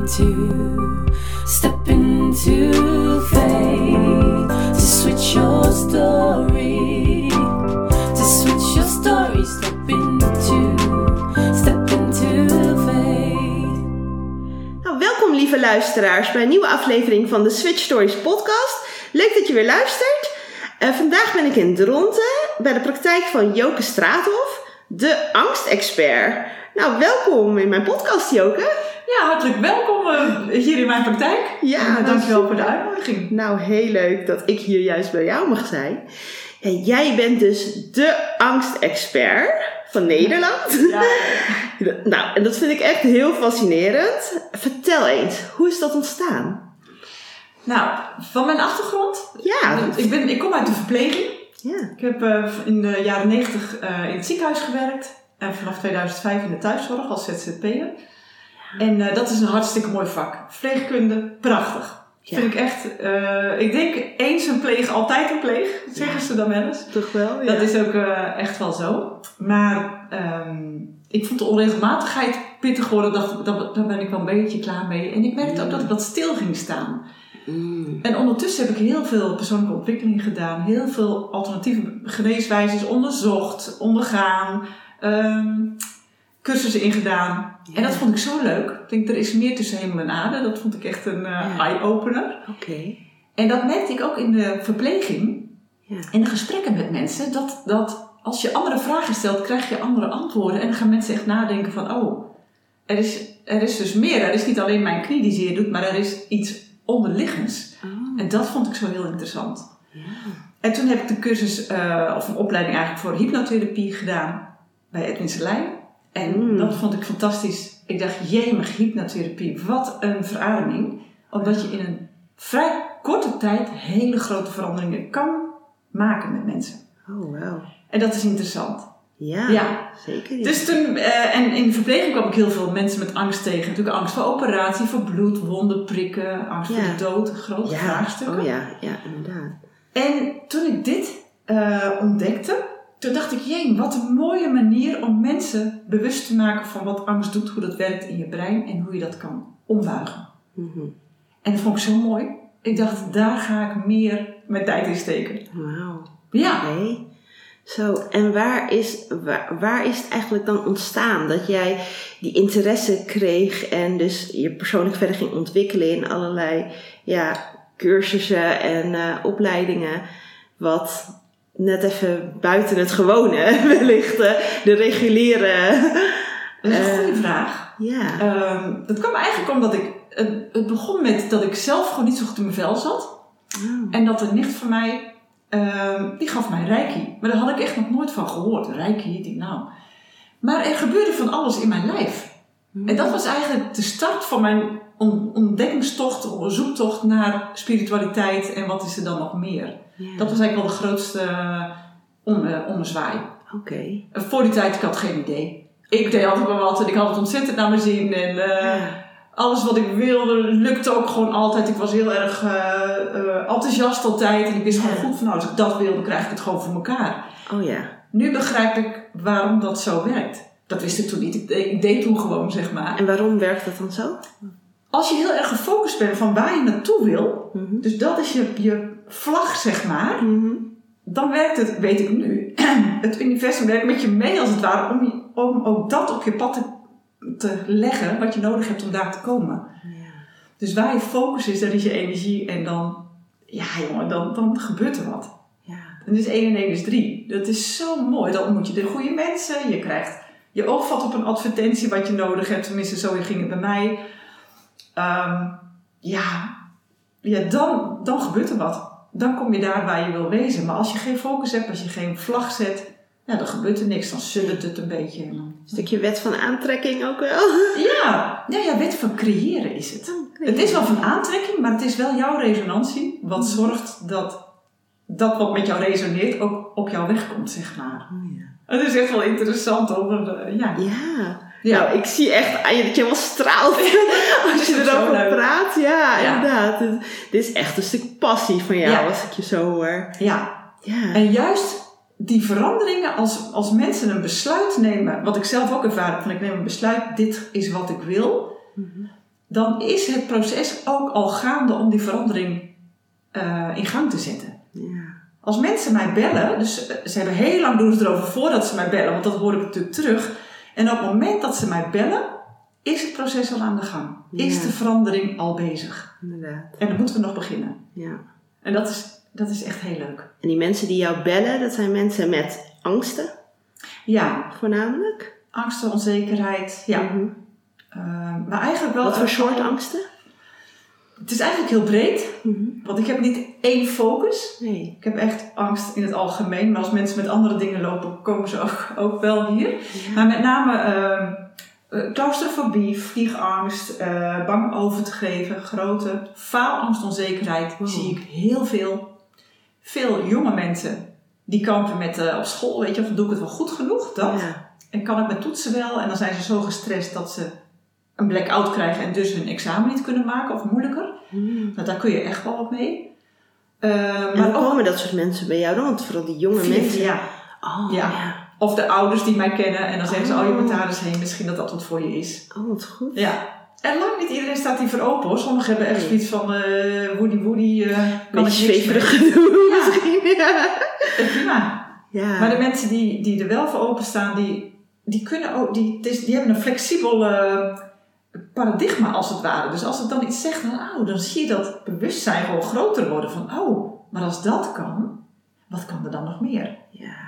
Step into faith to switch your story. To switch your story. Step into faith. Nou, welkom lieve luisteraars bij een nieuwe aflevering van de Switch Stories podcast. Leuk dat je weer luistert. Vandaag ben ik in Dronten bij de praktijk van Joke Straathof, de angstexpert. Nou, welkom in mijn podcast, Joke. Ja, hartelijk welkom hier in mijn praktijk. Ja, dankjewel voor de uitnodiging. Nou, heel leuk dat ik hier juist bij jou mag zijn. Ja, jij bent dus de angstexpert van Nederland. Ja. Nou, en dat vind ik echt heel fascinerend. Vertel eens, hoe is dat ontstaan? Nou, van mijn achtergrond? Ja. Ik kom uit de verpleging. Ja. Ik heb in de jaren 90 in het ziekenhuis gewerkt. En vanaf 2005 in de thuiszorg als ZZP'er. En dat is een hartstikke mooi vak. Verpleegkunde, prachtig. Ja. Vind ik echt, ik denk eens een pleeg, altijd een pleeg. Zeggen ze dan wel eens. Toch wel, ja. Dat is ook echt wel zo. Maar ik vond de onregelmatigheid pittig worden. Daar ben ik wel een beetje klaar mee. En ik merkte ook dat ik wat stil ging staan. En ondertussen heb ik heel veel persoonlijke ontwikkeling gedaan. Heel veel alternatieve geneeswijzes onderzocht, ondergaan. Cursussen ingedaan. Ja. En dat vond ik zo leuk. Ik denk, er is meer tussen hemel en aarde. Dat vond ik echt een eye-opener. Okay. En dat merkte ik ook in de verpleging. Ja. In de gesprekken met mensen. Dat als je andere vragen stelt, krijg je andere antwoorden. En dan gaan mensen echt nadenken van, er is dus meer. Er is niet alleen mijn knie die zeer doet, maar er is iets onderliggends. Oh. En dat vond ik zo heel interessant. Ja. En toen heb ik de cursus, of een opleiding eigenlijk voor hypnotherapie gedaan bij Edwin Selijn. En dat vond ik fantastisch. Ik dacht, jemig, hypnotherapie, wat een verademing. Omdat je in een vrij korte tijd hele grote veranderingen kan maken met mensen. Oh, wow. En dat is interessant. Ja. Zeker. Dus toen, en in de verpleging kwam ik heel veel mensen met angst tegen. Natuurlijk angst voor operatie, voor bloed, wonden, prikken, angst voor de dood, grote vraagstukken. Oh ja, inderdaad. En toen ik dit ontdekte, toen dacht ik, jee, wat een mooie manier om mensen bewust te maken van wat angst doet, hoe dat werkt in je brein en hoe je dat kan ombuigen. Mm-hmm. En dat vond ik zo mooi. Ik dacht, daar ga ik meer mijn tijd in steken. Wauw. Ja. Okay. Zo, en waar is het eigenlijk dan ontstaan dat jij die interesse kreeg en dus je persoonlijk verder ging ontwikkelen in allerlei cursussen en opleidingen, wat net even buiten het gewone wellicht de reguliere... Dat is een goede vraag. Ja. Dat kwam eigenlijk omdat het begon met dat ik zelf gewoon niet zo goed in mijn vel zat. Oh. En dat een nicht van mij, die gaf mij reiki. Maar daar had ik echt nog nooit van gehoord. Reiki, Maar er gebeurde van alles in mijn lijf. En dat was eigenlijk de start van mijn ontdekkingstocht, zoektocht naar spiritualiteit en wat is er dan nog meer. Yeah. Dat was eigenlijk wel de grootste ommezwaai. Okay. Voor die tijd, ik had geen idee. Ik deed altijd wel wat en ik had het ontzettend naar mijn zin. En alles wat ik wilde, lukte ook gewoon altijd. Ik was heel erg enthousiast altijd. En ik wist gewoon goed van, als ik dat wilde, krijg ik het gewoon voor elkaar. Oh ja. Nu begrijp ik waarom dat zo werkt. Dat wist ik toen niet. Ik deed toen gewoon, zeg maar. En waarom werkt dat dan zo? Als je heel erg gefocust bent van waar je naartoe wil. Mm-hmm. Dus dat is je vlag, zeg maar. Mm-hmm. Dan werkt het, weet ik nu. Het universum werkt met je mee als het ware. Om ook dat op je pad te leggen. Wat je nodig hebt om daar te komen. Ja. Dus waar je focus is, dat is je energie. En dan, dan gebeurt er wat. Ja. En dus 1 en 1 is 3. Dat is zo mooi. Dan ontmoet je de goede mensen. Je krijgt je oog vat op een advertentie wat je nodig hebt. Tenminste, zo ging het bij mij. Dan gebeurt er wat. Dan kom je daar waar je wil wezen. Maar als je geen focus hebt, als je geen vlag zet, dan gebeurt er niks. Dan suddert het een beetje. Een stukje wet van aantrekking ook wel. Ja, wet van creëren is het. Het is wel van aantrekking, maar het is wel jouw resonantie. Wat zorgt dat wat met jou resoneert ook op jouw weg komt, zeg maar. Oh, ja. Het is echt wel interessant over. Ja. Nou, ik zie echt aan je dat je helemaal straalt als je erover praat. Ja, inderdaad. Dit is echt een stuk passie van jou als ik je zo hoor. Ja. En juist die veranderingen, als mensen een besluit nemen, wat ik zelf ook ervaren, van ik neem een besluit, dit is wat ik wil. Mm-hmm. dan is het proces ook al gaande om die verandering in gang te zetten. Ja. Als mensen mij bellen, dus ze hebben heel lang doen ze erover voordat ze mij bellen, want dat hoor ik natuurlijk terug. En op het moment dat ze mij bellen, is het proces al aan de gang. Is de verandering al bezig. Inderdaad. En dan moeten we nog beginnen. Ja. En dat is echt heel leuk. En die mensen die jou bellen, dat zijn mensen met angsten, Ja, voornamelijk. angsten, onzekerheid. Ja. Mhm. Maar eigenlijk wel... Wat voor soort angsten? Het is eigenlijk heel breed. Mhm. Want ik heb niet één focus. Nee. Ik heb echt angst in het algemeen. Maar als mensen met andere dingen lopen, komen ze ook wel hier. Ja. Maar met name claustrofobie, vliegangst, bang over te geven, grote faalangst, onzekerheid. Wow. Zie ik heel veel. Veel jonge mensen die kampen met op school. Weet je, of doe ik het wel goed genoeg? Dat. Ja. En kan ik met toetsen wel? En dan zijn ze zo gestrest dat ze een blackout krijgen en dus hun examen niet kunnen maken of moeilijker. Mhm. Nou, daar kun je echt wel wat mee. En hoe komen dat soort mensen bij jou dan? Want vooral die jonge mensen. Ja. Oh, Ja. ja. Of de ouders die mij kennen en dan zeggen ze, Oh. je moet daar eens heen, misschien dat wat voor je is. Oh, wat goed. Ja. En lang niet iedereen staat hier voor open hoor. Sommigen hebben echt zoiets van, woody, kan ik Beetje niks zweverig mee. gedoe Ja. misschien. Ja. Prima. Ja. Maar de mensen die er wel voor openstaan, die kunnen ook, die hebben een flexibel paradigma als het ware. Dus als het dan iets zegt, dan zie je dat bewustzijn gewoon groter worden van, maar als dat kan, wat kan er dan nog meer? Ja.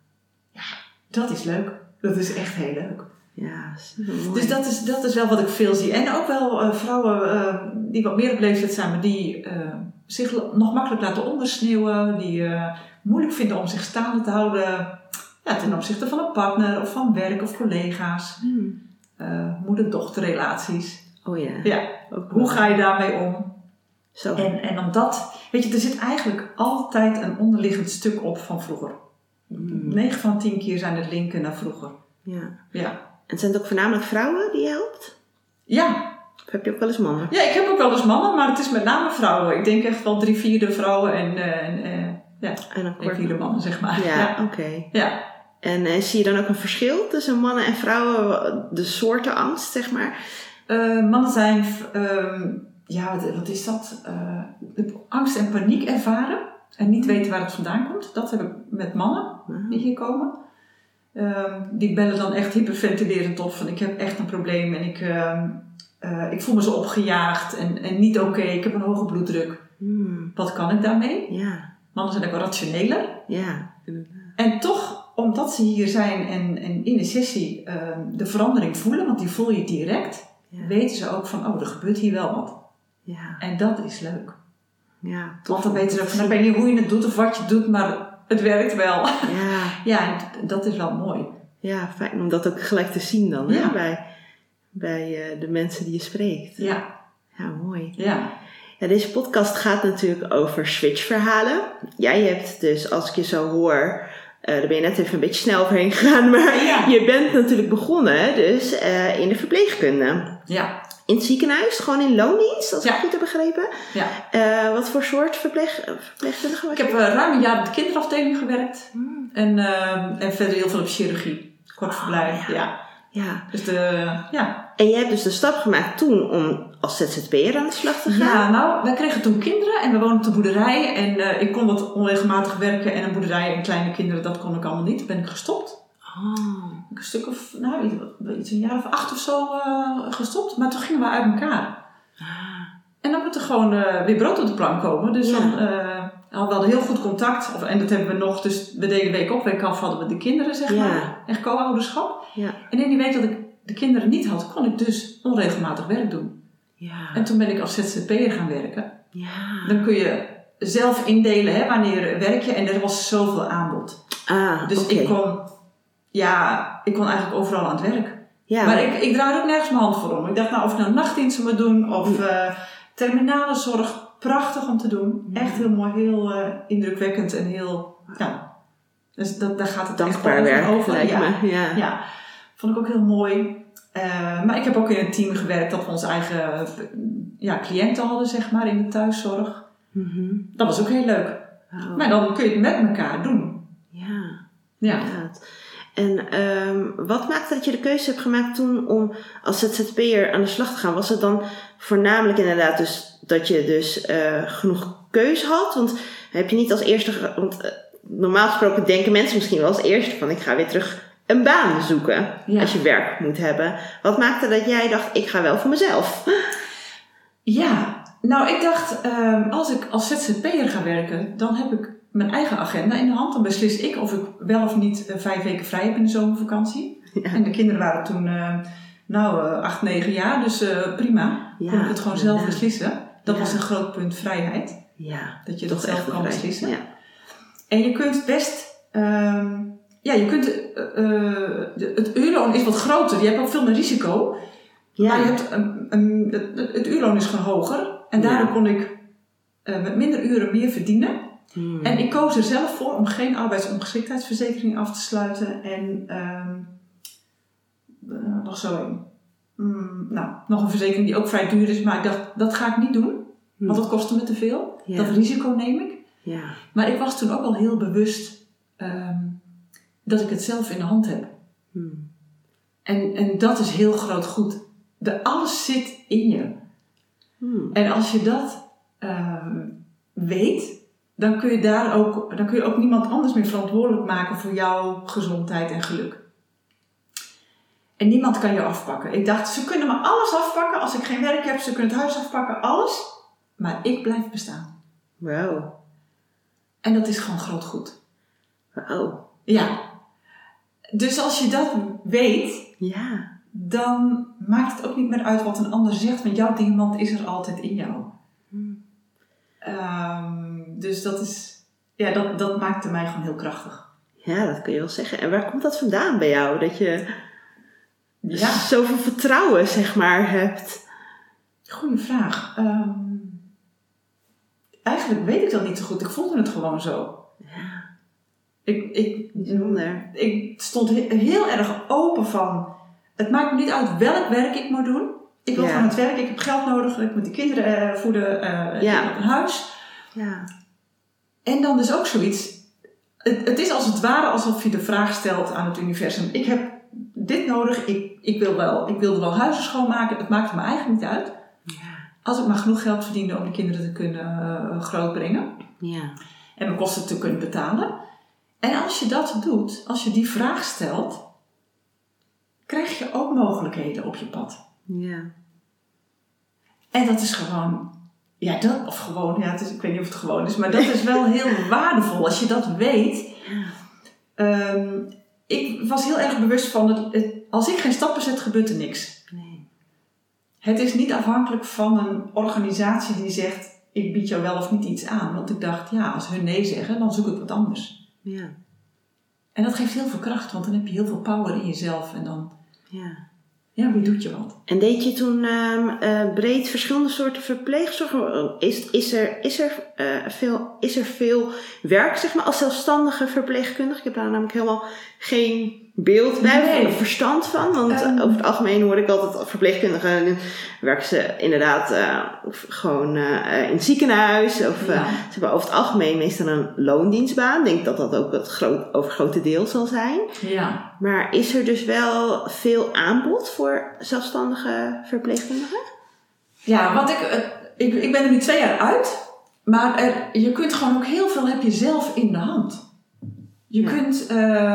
Dat is leuk. Dat is echt heel leuk. Ja, supermooi. Dus dat is wel wat ik veel zie. En ook wel vrouwen die wat meer op leeftijd zijn, maar die zich nog makkelijk laten ondersneeuwen. Die moeilijk vinden om zich staande te houden ten opzichte van een partner of van werk of collega's. Moeder-dochterrelaties. Oh ja. Ja, Ook hoe wel. ga je daarmee om? Zo. En omdat, weet je, er zit eigenlijk altijd een onderliggend stuk op van vroeger. 9 van 10 keer zijn het linken naar vroeger. Ja. Ja. En zijn het ook voornamelijk vrouwen die je helpt? Ja. Of heb je ook wel eens mannen? Ja, ik heb ook wel eens mannen, maar het is met name vrouwen. Ik denk echt wel 3/4 vrouwen en En dan 1/4 mannen, zeg maar. Ja, oké. Ja. En zie je dan ook een verschil tussen mannen en vrouwen? De soorten angst, zeg maar? Mannen zijn, wat is dat? Angst en paniek ervaren en niet weten waar het vandaan komt. Dat heb ik met mannen die hier komen. Die bellen dan echt hyperventilerend op van ik heb echt een probleem en ik voel me zo opgejaagd en niet oké, ik heb een hoge bloeddruk. Wat kan ik daarmee? Ja. Mannen zijn ook wel rationeler. Ja. En toch, omdat ze hier zijn en in de sessie de verandering voelen, want die voel je direct, weten ze ook van, er gebeurt hier wel wat. Ja. En dat is leuk. Ja. Want dan weten ze ook van, ik weet niet hoe je het doet of wat je doet, maar het werkt wel. Ja. Ja, en dat is wel mooi. Ja, fijn om dat ook gelijk te zien dan, Ja. hè? Bij de mensen die je spreekt. Ja. Ja, mooi. Ja. Ja, deze podcast gaat natuurlijk over switchverhalen. Jij hebt dus, als ik je zo hoor, daar ben je net even een beetje snel overheen gegaan, maar Ja. je bent natuurlijk begonnen dus in de verpleegkunde. Ja. In het ziekenhuis, gewoon in loondienst, als ik Ja. het goed heb begrepen. Ja. Wat voor soort verpleegkundige was Ik je? heb ruim een jaar op de kinderafdeling gewerkt. En verder heel veel op chirurgie. Kort verblijf. Ja. Ja. Dus En je hebt dus de stap gemaakt toen om als ZZP'er aan de slag te gaan? Ja, nou, wij kregen toen kinderen en we woonden op de boerderij. En ik kon wat onregelmatig werken en een boerderij en kleine kinderen, dat kon ik allemaal niet. Toen ben ik gestopt. Een stuk of, iets een jaar of 8 of zo gestopt. Maar toen gingen we uit elkaar. En dan moet er gewoon weer brood op de plank komen. Dus dan hadden we heel goed contact. En dat hebben we nog. Dus we deden week op, week af hadden we de kinderen, zeg maar. Echt co-ouderschap. Ja. En in die week dat ik de kinderen niet had, kon ik dus onregelmatig werk doen. Ja. En toen ben ik als ZZP'er gaan werken. Ja. Dan kun je zelf indelen, wanneer werk je. En er was zoveel aanbod. Dus oké. ik kon eigenlijk overal aan het werk. Ja. Maar ik draaide ook nergens mijn hand voor om. Ik dacht, of ik nou nachtdiensten moet doen of terminale zorg. Prachtig om te doen. Echt heel mooi, heel indrukwekkend en heel, dus daar gaat het dankbaar echt werk, over. lijkt me. Ja, vond ik ook heel mooi. Maar ik heb ook in een team gewerkt dat we onze eigen cliënten hadden, zeg maar, in de thuiszorg. Dat was ook heel leuk. Wow. Maar dan kun je het met elkaar doen. Ja. Ja. Inderdaad. En wat maakte dat je de keuze hebt gemaakt toen om als ZZP'er aan de slag te gaan? Was het dan voornamelijk inderdaad dus dat je dus genoeg keuze had? Want heb je niet als eerste... normaal gesproken denken mensen misschien wel als eerste van ik ga weer terug een baan zoeken als je werk moet hebben. Wat maakte dat jij dacht ik ga wel voor mezelf? Ja, nou ik dacht als ik als ZZP'er ga werken, dan heb ik mijn eigen agenda in de hand. Dan beslis ik of ik wel of niet 5 weken vrij heb in de zomervakantie. Ja. En de kinderen waren toen 8, 9 jaar, dus prima. Kon ik het gewoon zelf beslissen. Dat was een groot punt vrijheid. Ja, dat je dat zelf kan beslissen. Ja. En je kunt best... het uurloon is wat groter. Je hebt ook veel meer risico. Ja. Maar je hebt het uurloon is gewoon hoger. En daardoor kon ik met minder uren meer verdienen. En ik koos er zelf voor om geen arbeidsongeschiktheidsverzekering af te sluiten. En nog zo een. Nog een verzekering die ook vrij duur is. Maar ik dacht, dat ga ik niet doen. Want dat kostte me te veel. Ja. Dat risico neem ik. Ja. Maar ik was toen ook al heel bewust dat ik het zelf in de hand heb. En dat is heel groot goed. Alles zit in je. En als je dat weet, dan kun je ook niemand anders meer verantwoordelijk maken voor jouw gezondheid en geluk. En niemand kan je afpakken. Ik dacht, ze kunnen me alles afpakken als ik geen werk heb. Ze kunnen het huis afpakken, alles. Maar ik blijf bestaan. Wauw. En dat is gewoon groot goed. Wauw. Ja. Dus als je dat weet, dan maakt het ook niet meer uit wat een ander zegt. Want jouw diamant is er altijd in jou. Dus dat is... Ja, dat maakte mij gewoon heel krachtig. Ja, dat kun je wel zeggen. En waar komt dat vandaan bij jou? Dat je zoveel vertrouwen, zeg maar, hebt? Goeie vraag. Eigenlijk weet ik dat niet zo goed. Ik voelde het gewoon zo. Ja. Ik stond heel erg open van... Het maakt me niet uit welk werk ik moet doen. Ik wil gewoon het werk. Ik heb geld nodig. Ik moet de kinderen voeden. Ik heb een huis. Ja. En dan dus ook zoiets... Het is als het ware alsof je de vraag stelt aan het universum. Ik heb dit nodig. Ik wilde wel huizen schoonmaken. Het maakte me eigenlijk niet uit. Ja. Als ik maar genoeg geld verdiende om de kinderen te kunnen grootbrengen. Ja. En mijn kosten te kunnen betalen. En als je dat doet, als je die vraag stelt, krijg je ook mogelijkheden op je pad. Ja. En dat is gewoon, ik weet niet of het gewoon is, maar dat is wel heel waardevol als je dat weet. Ja. Ik was heel erg bewust van, als ik geen stappen zet, gebeurt er niks. Nee. Het is niet afhankelijk van een organisatie die zegt, ik bied jou wel of niet iets aan. Want ik dacht, als hun nee zeggen, dan zoek ik wat anders. Ja. En dat geeft heel veel kracht, want dan heb je heel veel power in jezelf. En dan, wie doet je wat? En deed je toen breed verschillende soorten verpleegzorg? Is er veel werk, zeg maar, als zelfstandige verpleegkundige? Ik heb daar namelijk helemaal geen beeld bij of verstand van. Want over het algemeen hoor ik altijd verpleegkundigen werken ze inderdaad gewoon in het ziekenhuis. Of ze hebben over het algemeen meestal een loondienstbaan. Ik denk dat dat ook het overgrote deel zal zijn. Ja. Maar is er dus wel veel aanbod voor zelfstandige verpleegkundigen? Ja, want ik ben er nu 2 jaar uit. Maar je kunt gewoon ook heel veel heb je zelf in de hand. Je kunt...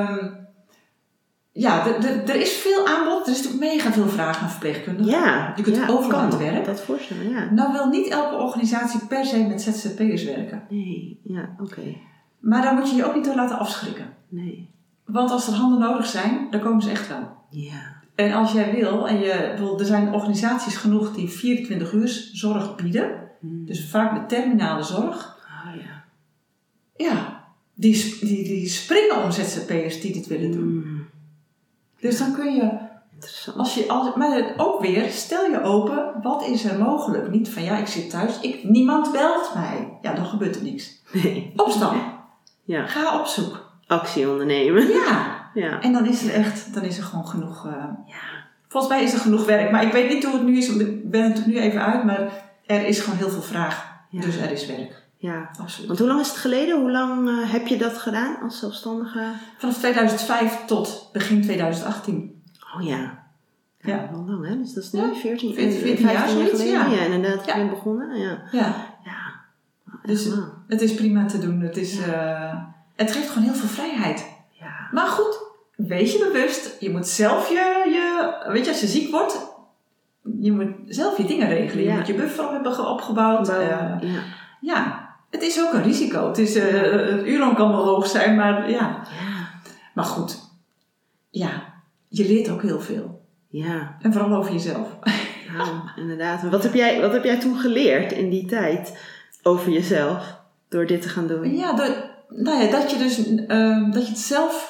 er is veel aanbod. Er is natuurlijk mega veel vraag naar verpleegkundigen. Ja, je kunt overal aan het werk. Dat voorstellen, ja. Nou wil niet elke organisatie per se met ZZP'ers werken. Nee, oké. Maar daar moet je je ook niet door laten afschrikken. Nee. Want als er handen nodig zijn, dan komen ze echt wel. Ja. En als jij wil, er zijn organisaties genoeg die 24 uur zorg bieden. Dus vaak de terminale zorg. Oh ja. Ja, die springen om ZZP'ers die dit willen doen. Dus dan kun je, maar ook weer, stel je open, wat is er mogelijk? Niet van ik zit thuis, niemand belt mij. Ja, dan gebeurt er niks. Nee. Opstaan. Ja. Ga op zoek. Actie ondernemen. Ja. En dan is er gewoon genoeg, volgens mij is er genoeg werk. Maar ik weet niet hoe het nu is, want ik ben het er nu even uit, maar er is gewoon heel veel vraag. Ja. Dus er is werk. Ja. Absoluut. Want hoe lang is het geleden? Hoe lang heb je dat gedaan als zelfstandige? Vanaf 2005 tot begin 2018. Oh ja. Ja. Wel lang hè? Dus dat is nu Ja, 14 14 jaar jaar zoiets, geleden. ja. Ja, inderdaad. Ja. Ik ben begonnen. Ja. Ja. Ja. Echt Dus lang. het is prima te doen. Het geeft gewoon heel veel vrijheid. Ja. Maar goed, wees je bewust. Je moet zelf weet je, als je ziek wordt, je moet zelf je dingen regelen. Je Ja. moet je buffer op hebben opgebouwd. Ja. Ja, het is ook een risico. Het is, het uurloon kan wel hoog zijn, maar ja. Ja. Maar goed, ja, je leert ook heel veel. Ja. En vooral over jezelf. Nou, inderdaad. En wat heb jij toen geleerd in die tijd over jezelf door dit te gaan doen? Ja, dat je dus dat je het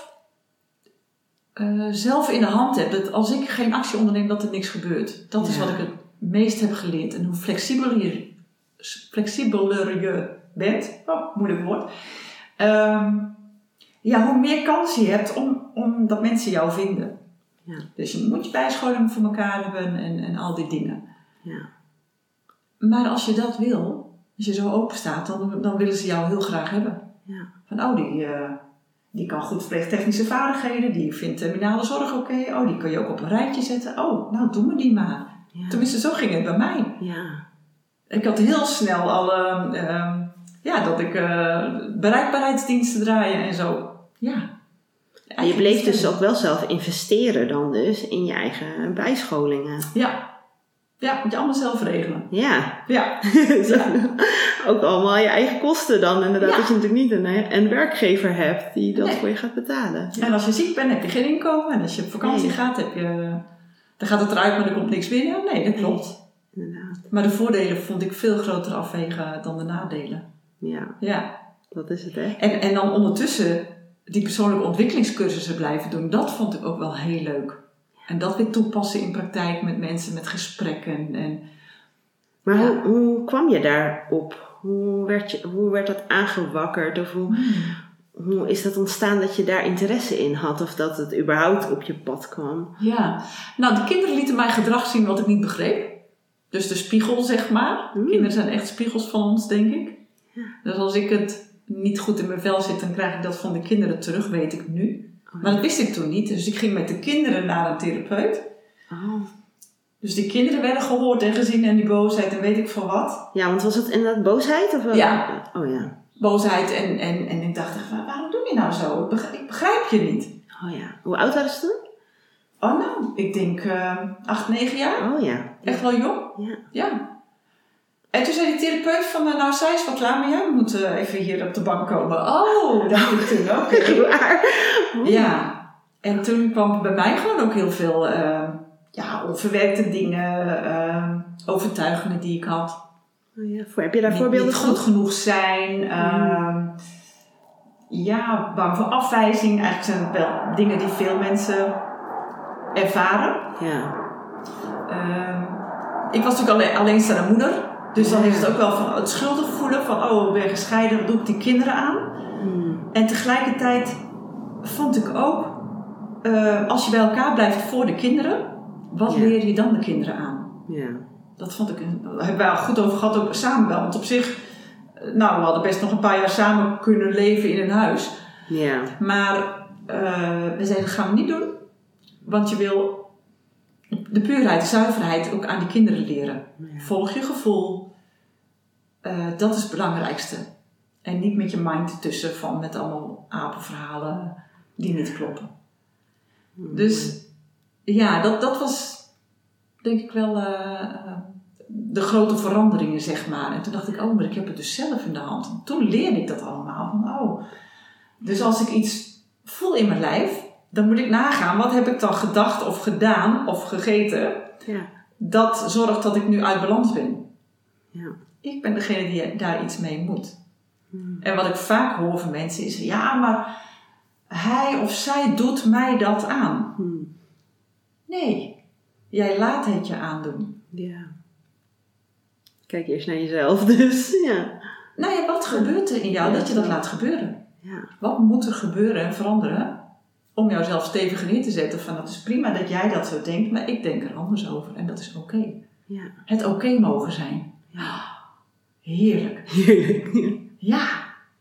zelf in de hand hebt. Dat als ik geen actie onderneem, dat er niks gebeurt. Dat is Ja. wat ik het meest heb geleerd. En hoe flexibeler je bent, moeilijk woord, hoe meer kans je hebt om dat mensen jou vinden. Ja. Dus je moet je bijscholing voor elkaar hebben en al die dingen. Ja. Maar als je dat wil, als je zo open staat, dan willen ze jou heel graag hebben. Ja. Van, die kan goed verpleegtechnische vaardigheden, die vindt terminale zorg oké. Die kun je ook op een rijtje zetten. Nou, doe me die maar. Ja. Tenminste, zo ging het bij mij. Ja. Ik had heel snel al, dat ik bereikbaarheidsdiensten draaien en zo. Ja. En je bleef dus ook wel zelf investeren dan dus in je eigen bijscholingen. Ja, moet je allemaal zelf regelen. Ja. Ja. Ook allemaal je eigen kosten dan. Inderdaad, Ja. dat je natuurlijk niet een werkgever hebt die dat Nee. voor je gaat betalen. Ja. En als je ziek bent, heb je geen inkomen. En als je op vakantie Nee. gaat, dan gaat het eruit, maar er komt niks binnen. Nee, dat klopt. Inderdaad. Maar de voordelen vond ik veel groter afwegen dan de nadelen. Ja, Ja. dat is het hè. En dan ondertussen die persoonlijke ontwikkelingscursussen blijven doen. Dat vond ik ook wel heel leuk. En dat weer toepassen in praktijk met mensen, met gesprekken. Maar Ja. hoe kwam je daarop? Hoe werd dat aangewakkerd? Of hoe is dat ontstaan dat je daar interesse in had? Of dat het überhaupt op je pad kwam? Ja. Nou, de kinderen lieten mij gedrag zien wat ik niet begreep. Dus de spiegel, zeg maar. Kinderen zijn echt spiegels van ons, denk ik. Ja. Dus als ik het niet goed in mijn vel zit, dan krijg ik dat van de kinderen terug, weet ik nu. Maar dat wist ik toen niet. Dus ik ging met de kinderen naar een therapeut. Oh. Dus die kinderen werden gehoord en gezien en die boosheid en weet ik veel wat. Ja, want was het inderdaad boosheid? Of Ja. Oh ja. Boosheid en ik dacht echt, waarom doe je nou zo? Ik begrijp je niet. Oh ja. Hoe oud waren ze toen? Oh nou, ik denk 8, 9 jaar. Oh ja. Echt wel jong. Ja. En toen zei die therapeut van, nou zij is wel klaar, maar jij moet even hier op de bank komen. Oh, dacht ik toen ook. Ja. En toen kwam bij mij gewoon ook heel veel onverwerkte dingen, overtuigingen die ik had. Oh ja. Heb je daar voorbeelden niet van? goed genoeg zijn. Bang voor afwijzing. Eigenlijk zijn het wel dingen die veel mensen ervaren. Ja. Ik was natuurlijk alleenstaande moeder. Dus dan is het ook wel van het schuldig voelen van ik ben gescheiden, wat doe ik die kinderen aan? En tegelijkertijd vond ik ook, als je bij elkaar blijft voor de kinderen, wat leer je dan de kinderen aan? Ja. Dat vond ik, daar hebben wij al goed over gehad, ook samen wel. Want op zich, we hadden best nog een paar jaar samen kunnen leven in een huis. Ja. Maar we zeiden, dat gaan we niet doen. Want je wil de puurheid, de zuiverheid ook aan die kinderen leren. Ja. Volg je gevoel. Dat is het belangrijkste. En niet met je mind ertussen van met allemaal apenverhalen die niet kloppen. Dus ja, dat was denk ik wel de grote veranderingen, zeg maar. En toen dacht ik, maar ik heb het dus zelf in de hand. En toen leerde ik dat allemaal. Van, dus als ik iets voel in mijn lijf, dan moet ik nagaan, wat heb ik dan gedacht of gedaan of gegeten, dat zorgt dat ik nu uit balans ben. Ja. Ik ben degene die daar iets mee moet. En wat ik vaak hoor van mensen is, maar hij of zij doet mij dat aan. Nee, jij laat het je aandoen. Ja. Kijk eerst naar jezelf, dus ja. Nou ja, wat gebeurt er in jou dat je dat laat gebeuren? Ja. Wat moet er gebeuren en veranderen om jouzelf stevig neer te zetten van dat is prima dat jij dat zo denkt, maar ik denk er anders over en dat is oké. Ja. Het oké mogen zijn. heerlijk. Ja.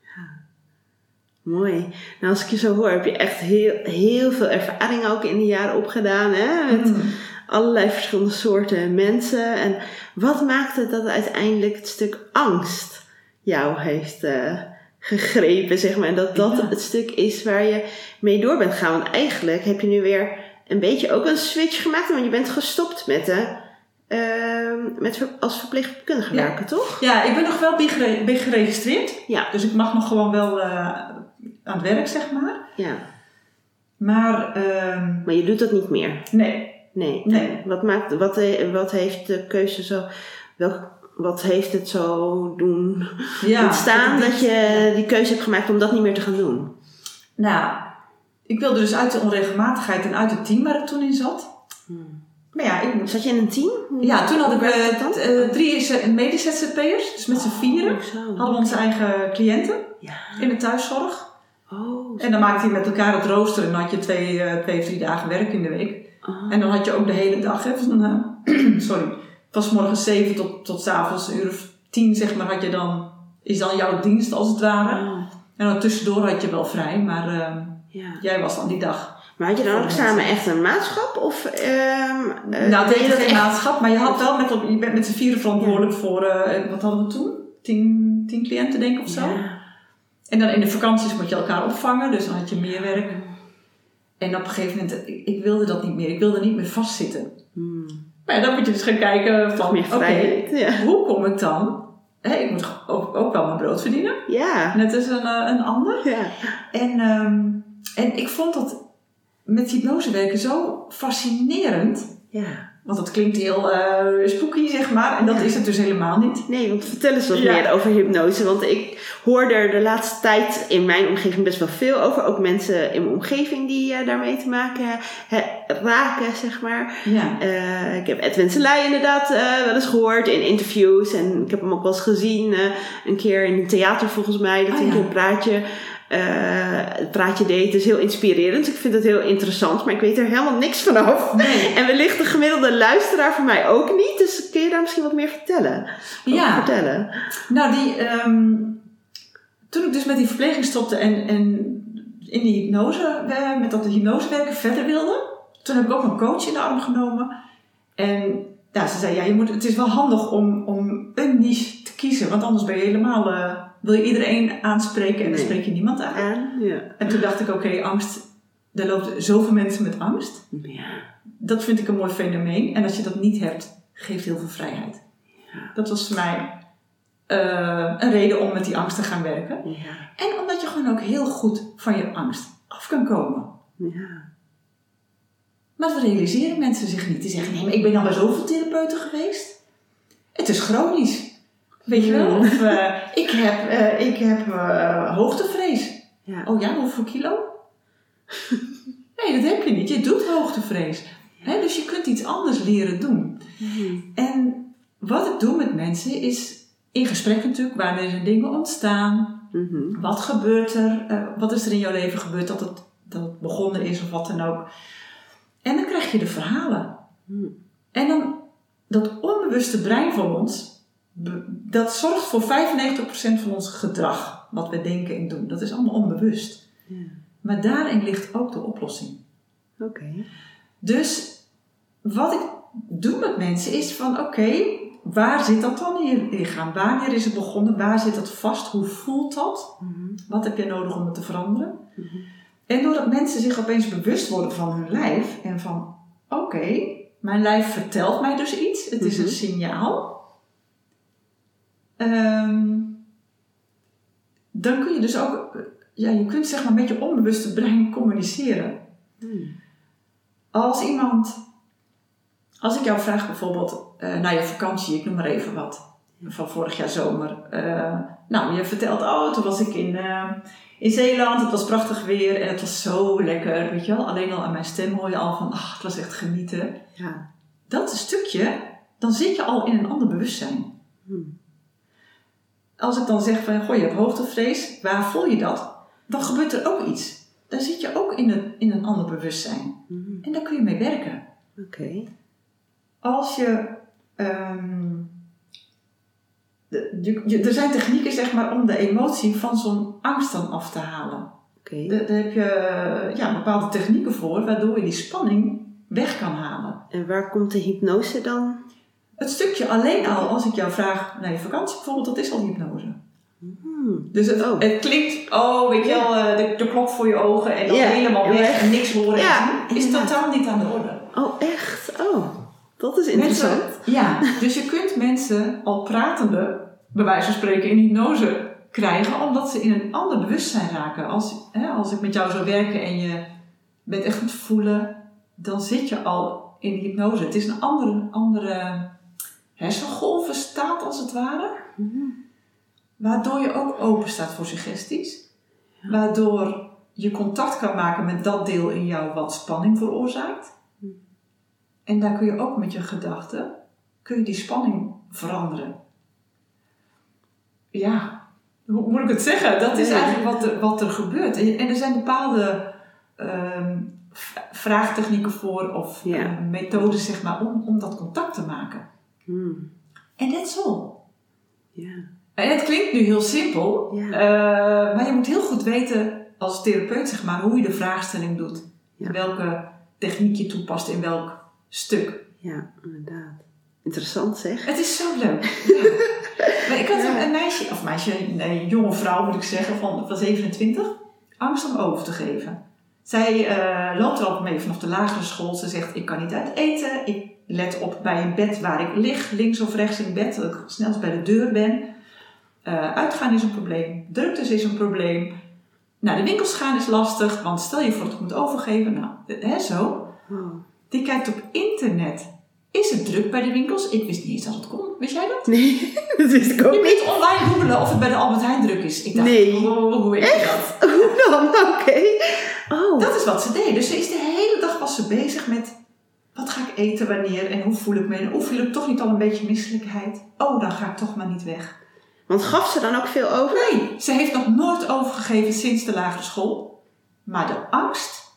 Mooi. Nou, als ik je zo hoor, heb je echt heel veel ervaring ook in de jaren opgedaan. Hè? Met allerlei verschillende soorten mensen. En wat maakt het dat uiteindelijk het stuk angst jou heeft gegrepen, zeg maar. En dat het stuk is waar je mee door bent gegaan. Want eigenlijk heb je nu weer een beetje ook een switch gemaakt. Want je bent gestopt met als verpleegkundige werken, toch? Ja, ik ben nog wel ben geregistreerd. Ja. Dus ik mag nog gewoon wel aan het werk, zeg maar. Ja. Maar je doet dat niet meer? Nee. Wat heeft de keuze zo... Wat heeft het zo doen ontstaan dat je die keuze hebt gemaakt om dat niet meer te gaan doen? Nou, ik wilde dus uit de onregelmatigheid en uit het team waar ik toen in zat. Maar ja, Zat je in een team? Ja, toen hadden we 3 medische ZZP'ers. Dus met z'n 4 hadden we onze eigen cliënten in de thuiszorg. En dan maakte je met elkaar het rooster en dan had je 2 of 3 dagen werk in de week. En dan had je ook de hele dag, van morgens 7 tot 's avonds 10 zeg maar, is dan jouw dienst als het ware. En dan tussendoor had je wel vrij, maar jij was dan die dag. Maar had je dan ook samen echt een maatschap? Of, nou, deed je dat geen maatschap, maar je had wel je bent met z'n 4 verantwoordelijk voor, wat hadden we toen? 10 cliënten denk ik of zo. Ja. En dan in de vakanties moet je elkaar opvangen, dus dan had je meer werk. En op een gegeven moment, ik wilde dat niet meer. Ik wilde niet meer vastzitten. Maar ja, dan moet je dus gaan kijken van, hoe kom ik dan? Ik moet ook wel mijn brood verdienen. Ja. Net als een ander. Ja. En ik vond dat met hypnose werken zo fascinerend. Ja. Want dat klinkt heel spooky, zeg maar. En dat is het dus helemaal niet. Nee, want vertel eens wat meer over hypnose. Want ik hoor er de laatste tijd in mijn omgeving best wel veel over. Ook mensen in mijn omgeving die daarmee te maken raken, zeg maar. Ja. Ik heb Edwin Selei inderdaad wel eens gehoord in interviews. En ik heb hem ook wel eens gezien. Een keer in een theater volgens mij. Dat hij een keer een praatje deed. Het is heel inspirerend. Ik vind het heel interessant, maar ik weet er helemaal niks vanaf. Nee. En wellicht de gemiddelde luisteraar voor mij ook niet. Dus kun je daar misschien wat meer vertellen? Nou, toen ik dus met die verpleging stopte en in die hypnose, met dat hypnosewerken verder wilde, toen heb ik ook een coach in de arm genomen. En ze zei, het is wel handig om een niche te kiezen, want anders ben je helemaal... wil je iedereen aanspreken en dan spreek je niemand aan. Ja. En toen dacht ik, angst, er lopen zoveel mensen met angst. Ja. Dat vind ik een mooi fenomeen. En als je dat niet hebt, geeft heel veel vrijheid. Ja. Dat was voor mij een reden om met die angst te gaan werken. Ja. En omdat je gewoon ook heel goed van je angst af kan komen. Ja. Maar dat realiseren mensen zich niet. Die zeggen, nee, maar ik ben al bij zoveel therapeuten geweest. Het is chronisch. Weet je wel? Of ik heb hoogtevrees. Ja. Oh ja, hoeveel kilo? Nee, dat heb je niet. Je doet hoogtevrees. Ja. Dus je kunt iets anders leren doen. En wat ik doe met mensen is in gesprek natuurlijk, wanneer zijn dingen ontstaan. Wat gebeurt er? Wat is er in jouw leven gebeurd dat het begonnen is of wat dan ook. En dan krijg je de verhalen. En dan dat onbewuste brein van ons... Dat zorgt voor 95% van ons gedrag, wat we denken en doen. Dat is allemaal onbewust. Ja. Maar daarin ligt ook de oplossing. Oké. Dus wat ik doe met mensen is van waar zit dat dan in je lichaam? Wanneer is het begonnen? Waar zit dat vast? Hoe voelt dat? Wat heb je nodig om het te veranderen? En doordat mensen zich opeens bewust worden van hun lijf en van mijn lijf vertelt mij dus iets. Het is een signaal. Dan kun je dus ook... je kunt zeg maar met je onbewuste brein communiceren. Als ik jou vraag bijvoorbeeld... naar je vakantie, ik noem maar even wat. Van vorig jaar zomer. Je vertelt... toen was ik in Zeeland. Het was prachtig weer. En het was zo lekker. Weet je wel? Alleen al aan mijn stem hoor je al van... het was echt genieten. Ja. Dat stukje... Dan zit je al in een ander bewustzijn. Als ik dan zeg van, je hebt hoogtevrees, waar voel je dat? Dan gebeurt er ook iets. Dan zit je ook in een ander bewustzijn. En daar kun je mee werken. Oké. Als je er zijn technieken, zeg maar, om de emotie van zo'n angst dan af te halen. Oké. Daar heb je bepaalde technieken voor, waardoor je die spanning weg kan halen. En waar komt de hypnose dan? Het stukje alleen al, als ik jou vraag naar je vakantie bijvoorbeeld, dat is al hypnose. Dus het klinkt, weet je wel, de klok voor je ogen en dan helemaal weg en niks horen en zien, is totaal niet aan de orde. Oh, echt? Oh, dat is interessant. Dus je kunt mensen al pratende, bij wijze van spreken, in hypnose krijgen, omdat ze in een ander bewustzijn raken. Als ik met jou zou werken en je bent echt aan het voelen, dan zit je al in hypnose. Het is een andere hersengolvenstaat als het ware. Waardoor je ook open staat voor suggesties. Ja. Waardoor je contact kan maken met dat deel in jou wat spanning veroorzaakt. En daar kun je ook met je gedachten, kun je die spanning veranderen. Ja, hoe moet ik het zeggen? Dat is eigenlijk wat er gebeurt. En er zijn bepaalde vraagtechnieken voor of methodes, zeg maar, om dat contact te maken. En that's all. Ja. En het klinkt nu heel simpel, maar je moet heel goed weten als therapeut, zeg maar, hoe je de vraagstelling doet. Ja. Welke techniek je toepast in welk stuk. Ja, inderdaad. Interessant zeg. Het is zo leuk. Ja. Maar ik had een jonge vrouw moet ik zeggen, van 27, angst om over te geven. Zij loopt er al mee vanaf de lagere school. Ze zegt, ik kan niet uit eten. Ik let op bij een bed waar ik lig, links of rechts in bed, dat ik snelst bij de deur ben. Uitgaan is een probleem, druktes is een probleem. Naar de winkels gaan is lastig, want stel je voor dat ik moet overgeven. Zo. Die kijkt op internet. Is het druk bij de winkels? Ik wist niet eens dat het kon. Wist jij dat? Nee, dat wist ik ook niet. Je moet online googelen of het bij de Albert Heijn druk is. Ik dacht, hoe weet je dat? Hoe dan? Oké. Oh. Dat is wat ze deed. Dus ze is de hele dag was ze bezig met, wat ga ik eten, wanneer en hoe voel ik me? En hoe voel ik toch niet al een beetje misselijkheid? Dan ga ik toch maar niet weg. Want gaf ze dan ook veel over? Nee, ze heeft nog nooit overgegeven sinds de lagere school. Maar de angst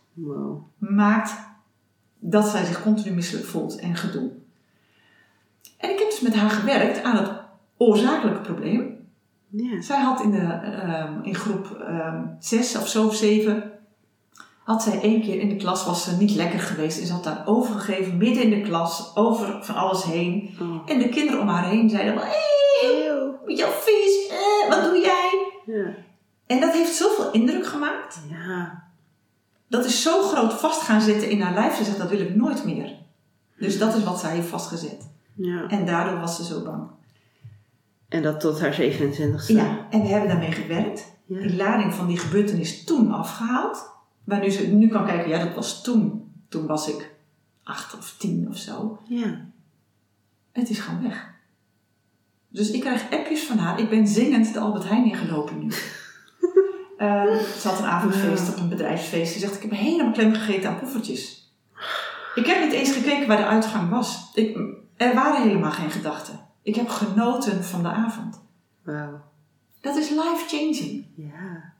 maakt dat zij zich continu misselijk voelt en gedoe. En ik heb dus met haar gewerkt aan het oorzakelijke probleem. Ja. Zij had in groep 6 of zo, 7... had zij 1 keer in de klas, was ze niet lekker geweest. En ze had daar overgegeven, midden in de klas, over van alles heen. En de kinderen om haar heen zeiden van, met jouw vies, wat doe jij? Ja. En dat heeft zoveel indruk gemaakt. Ja. Dat is zo groot vast gaan zitten in haar lijf. Ze zegt, dat wil ik nooit meer. Dus dat is wat zij heeft vastgezet. Ja. En daardoor was ze zo bang. En dat tot haar 27e? Ja, en we hebben daarmee gewerkt. Ja. Die lading van die gebeurtenis toen afgehaald. Maar nu ze nu kan kijken, dat was toen. Toen was ik 8 of 10 of zo. Ja. Het is gewoon weg. Dus ik krijg appjes van haar. Ik ben zingend de Albert Heijn ingelopen nu. Ze had een avondfeest op een bedrijfsfeest. Ze zegt, ik heb helemaal klem gegeten aan poffertjes. Ik heb niet eens gekeken waar de uitgang was. Er waren helemaal geen gedachten. Ik heb genoten van de avond. Wauw. Dat is life-changing. Ja.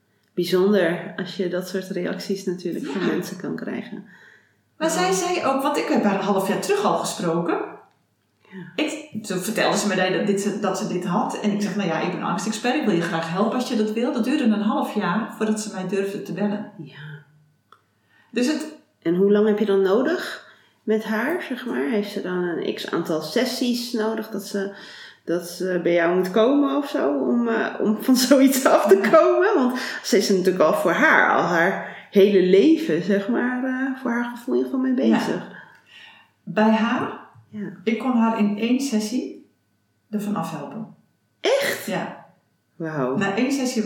Ze als je dat soort reacties natuurlijk van mensen kan krijgen. Maar zij zei ook, want ik heb haar een half jaar terug al gesproken. Ja. Toen vertelde ze me dat ze dit had. En ik zeg, ik ben angstexpert. Ik wil je graag helpen als je dat wil. Dat duurde een half jaar voordat ze mij durfde te bellen. Ja. Dus En hoe lang heb je dan nodig met haar, zeg maar? Heeft ze dan een x-aantal sessies nodig dat ze bij jou moet komen of zo? Om van zoiets af te komen? Want ze is er natuurlijk al voor haar hele leven, zeg maar, voor haar gevoel in ieder geval mee bezig. Ja. Bij haar? Ja. Ik kon haar in 1 sessie ervan afhelpen. Echt? Ja. Wauw. Na 1 sessie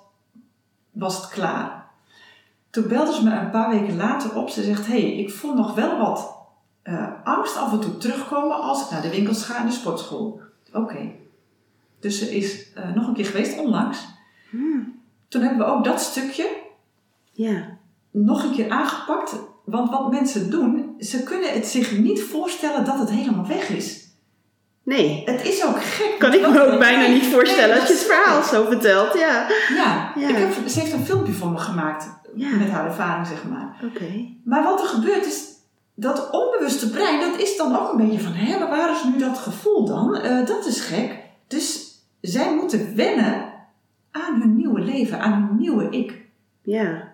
was het klaar. Toen belde ze me een paar weken later op. Ze zegt, ik voel nog wel wat angst af en toe terugkomen als ik naar de winkels ga en de sportschool. Oké. Dus ze is nog een keer geweest onlangs. Toen hebben we ook dat stukje nog een keer aangepakt. Want wat mensen doen, ze kunnen het zich niet voorstellen dat het helemaal weg is. Nee. Het is ook gek. Kan ik me ook bijna niet voorstellen als je het verhaal zo vertelt. Ja. Ze heeft een filmpje voor me gemaakt met haar ervaring, zeg maar. Oké. Maar wat er gebeurt is, dat onbewuste brein, dat is dan ook een beetje van, waar is nu dat gevoel dan? Dat is gek. Dus zij moeten wennen aan hun nieuwe leven, aan hun nieuwe ik. Ja.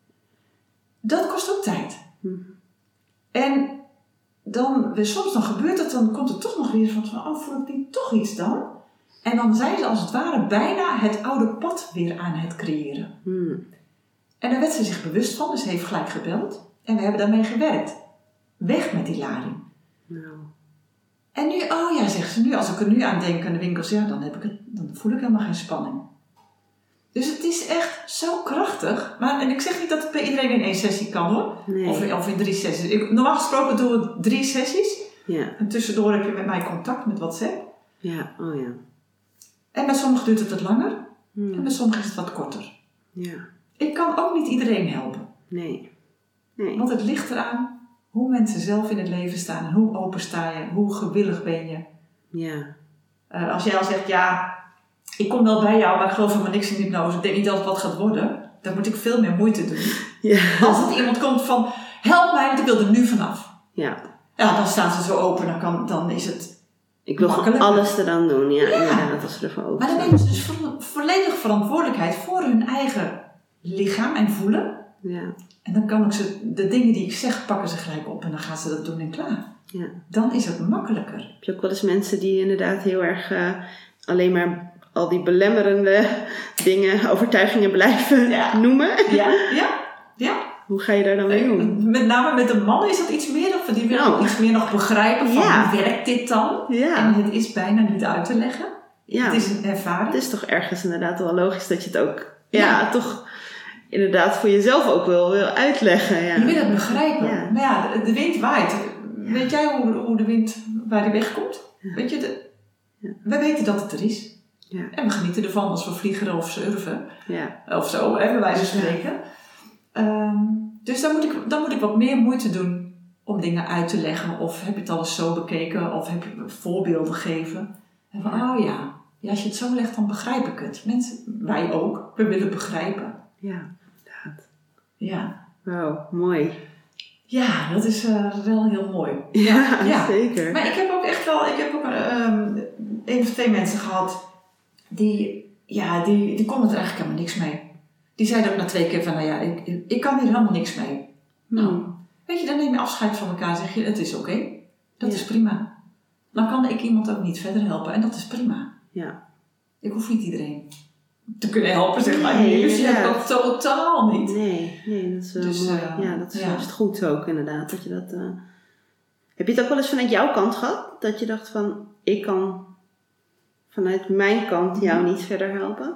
Dat kost ook tijd. Hm. En soms dan gebeurt het, dan komt er toch nog weer van, voel ik niet toch iets dan? En dan zijn ze als het ware bijna het oude pad weer aan het creëren. Hm. En daar werd ze zich bewust van, dus ze heeft gelijk gebeld. En we hebben daarmee gewerkt. Weg met die lading. Nou. En nu, zegt ze, nu als ik er nu aan denk aan de winkels, dan voel ik helemaal geen spanning. Dus het is echt zo krachtig. En ik zeg niet dat het bij iedereen in 1 sessie kan hoor. Nee. Of in 3 sessies. Normaal gesproken doen we 3 sessies. Ja. En tussendoor heb je met mij contact met WhatsApp. Ja, oh ja. En bij sommigen duurt het wat langer. Hm. En bij sommigen is het wat korter. Ja. Ik kan ook niet iedereen helpen. Nee. Want het ligt eraan hoe mensen zelf in het leven staan. En hoe open sta je. Hoe gewillig ben je. Ja. Als jij al zegt, ik kom wel bij jou, maar ik geloof helemaal niks in hypnose. Ik denk niet dat het wat gaat worden. Dan moet ik veel meer moeite doen. Ja. Als er iemand komt van, help mij, want ik wil er nu vanaf. Ja. Ja, dan staan ze zo open, dan is het Ik wil gewoon alles eraan doen. Ja, inderdaad, als ze ervoor open Maar dan nemen ze dus volledig verantwoordelijkheid voor hun eigen lichaam en voelen. Ja. En dan kan ik de dingen die ik zeg, pakken ze gelijk op en dan gaan ze dat doen en klaar. Ja. Dan is het makkelijker. Heb je ook wel eens mensen die inderdaad heel erg alleen maar al die belemmerende dingen, overtuigingen blijven noemen? Ja. Hoe ga je daar dan mee om? Met name met de mannen is dat iets meer, of die willen iets meer nog begrijpen van hoe werkt dit dan? Ja. En het is bijna niet uit te leggen. Ja. Het is een ervaring. Het is toch ergens inderdaad wel logisch dat je het ook toch inderdaad voor jezelf ook wel wil uitleggen. Ja. Je wil het begrijpen. Ja. Maar de wind waait. Weet jij hoe de wind, waar die wegkomt? Ja. Weet je, we weten dat het er is. Ja. En we genieten ervan als we vliegen of surfen. Ja. Of zo, bij wijze van spreken. Dus dan moet ik wat meer moeite doen om dingen uit te leggen. Of heb je het al eens zo bekeken? Of heb je voorbeelden gegeven? En van, als je het zo legt, dan begrijp ik het. Mensen, wij ook. We willen begrijpen. Ja, inderdaad. Ja. Wauw, mooi. Ja, dat is wel heel mooi. Ja, zeker. Maar ik heb ook 1 of 2 mensen gehad die konden er eigenlijk helemaal niks mee. Die zeiden ook na 2 keer van, ik kan hier helemaal niks mee. Nou, weet je, dan neem je afscheid van elkaar en zeg je, het is oké. Dat is prima. Dan kan ik iemand ook niet verder helpen en dat is prima. Ja. Ik hoef niet iedereen te kunnen helpen, zeg maar. Dus je hebt dat totaal niet. Nee, dat is wel mooi. Dat is juist goed ook inderdaad. Dat je dat, Heb je het ook wel eens vanuit jouw kant gehad? Dat je dacht van, ik kan vanuit mijn kant jou niet verder helpen?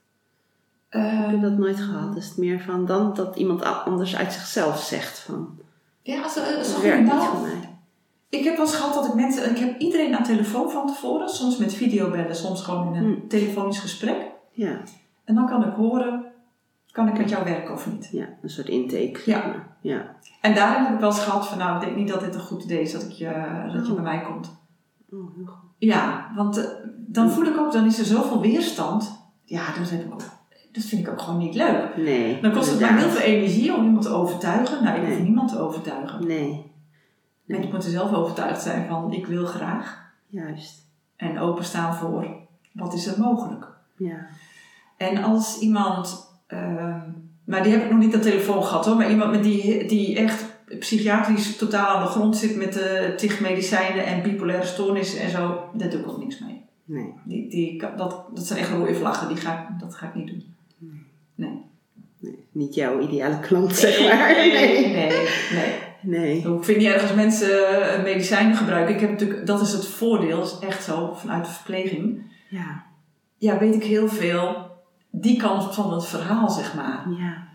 Heb je dat nooit gehad? Is het meer van dan dat iemand anders uit zichzelf zegt van... het werkt niet voor mij. Ik heb wel eens gehad dat ik heb iedereen aan telefoon van tevoren. Soms met videobellen, soms gewoon in een telefonisch gesprek. Ja. En dan kan ik horen, kan ik met jou werken of niet? Ja, een soort intake. Ja. En daarin heb ik wel eens gehad van, ik denk niet dat dit een goed idee is dat je bij mij komt. Oh, heel goed. Ja, want dan voel ik ook, dan is er zoveel weerstand. Ja, dat vind ik ook gewoon niet leuk. Nee. Dan kost het mij heel veel energie om iemand te overtuigen. Nou, ik hoef niemand te overtuigen. Nee. En ik moet er zelf overtuigd zijn van, ik wil graag. Juist. En openstaan voor, wat is er mogelijk? Ja. En als iemand, maar die heb ik nog niet aan de telefoon gehad hoor, maar iemand die echt psychiatrisch totaal aan de grond zit met 10 medicijnen en bipolaire stoornissen en zo, daar doe ik ook niks mee. Nee. Dat zijn echt rode vlaggen, dat ga ik niet doen. Nee. Niet jouw ideale klant, zeg maar. Nee. Ik vind niet erg als mensen medicijnen gebruiken. Ik heb natuurlijk, dat is het voordeel, dat is echt zo, vanuit de verpleging. Ja, weet ik heel veel die kant van het verhaal, zeg maar.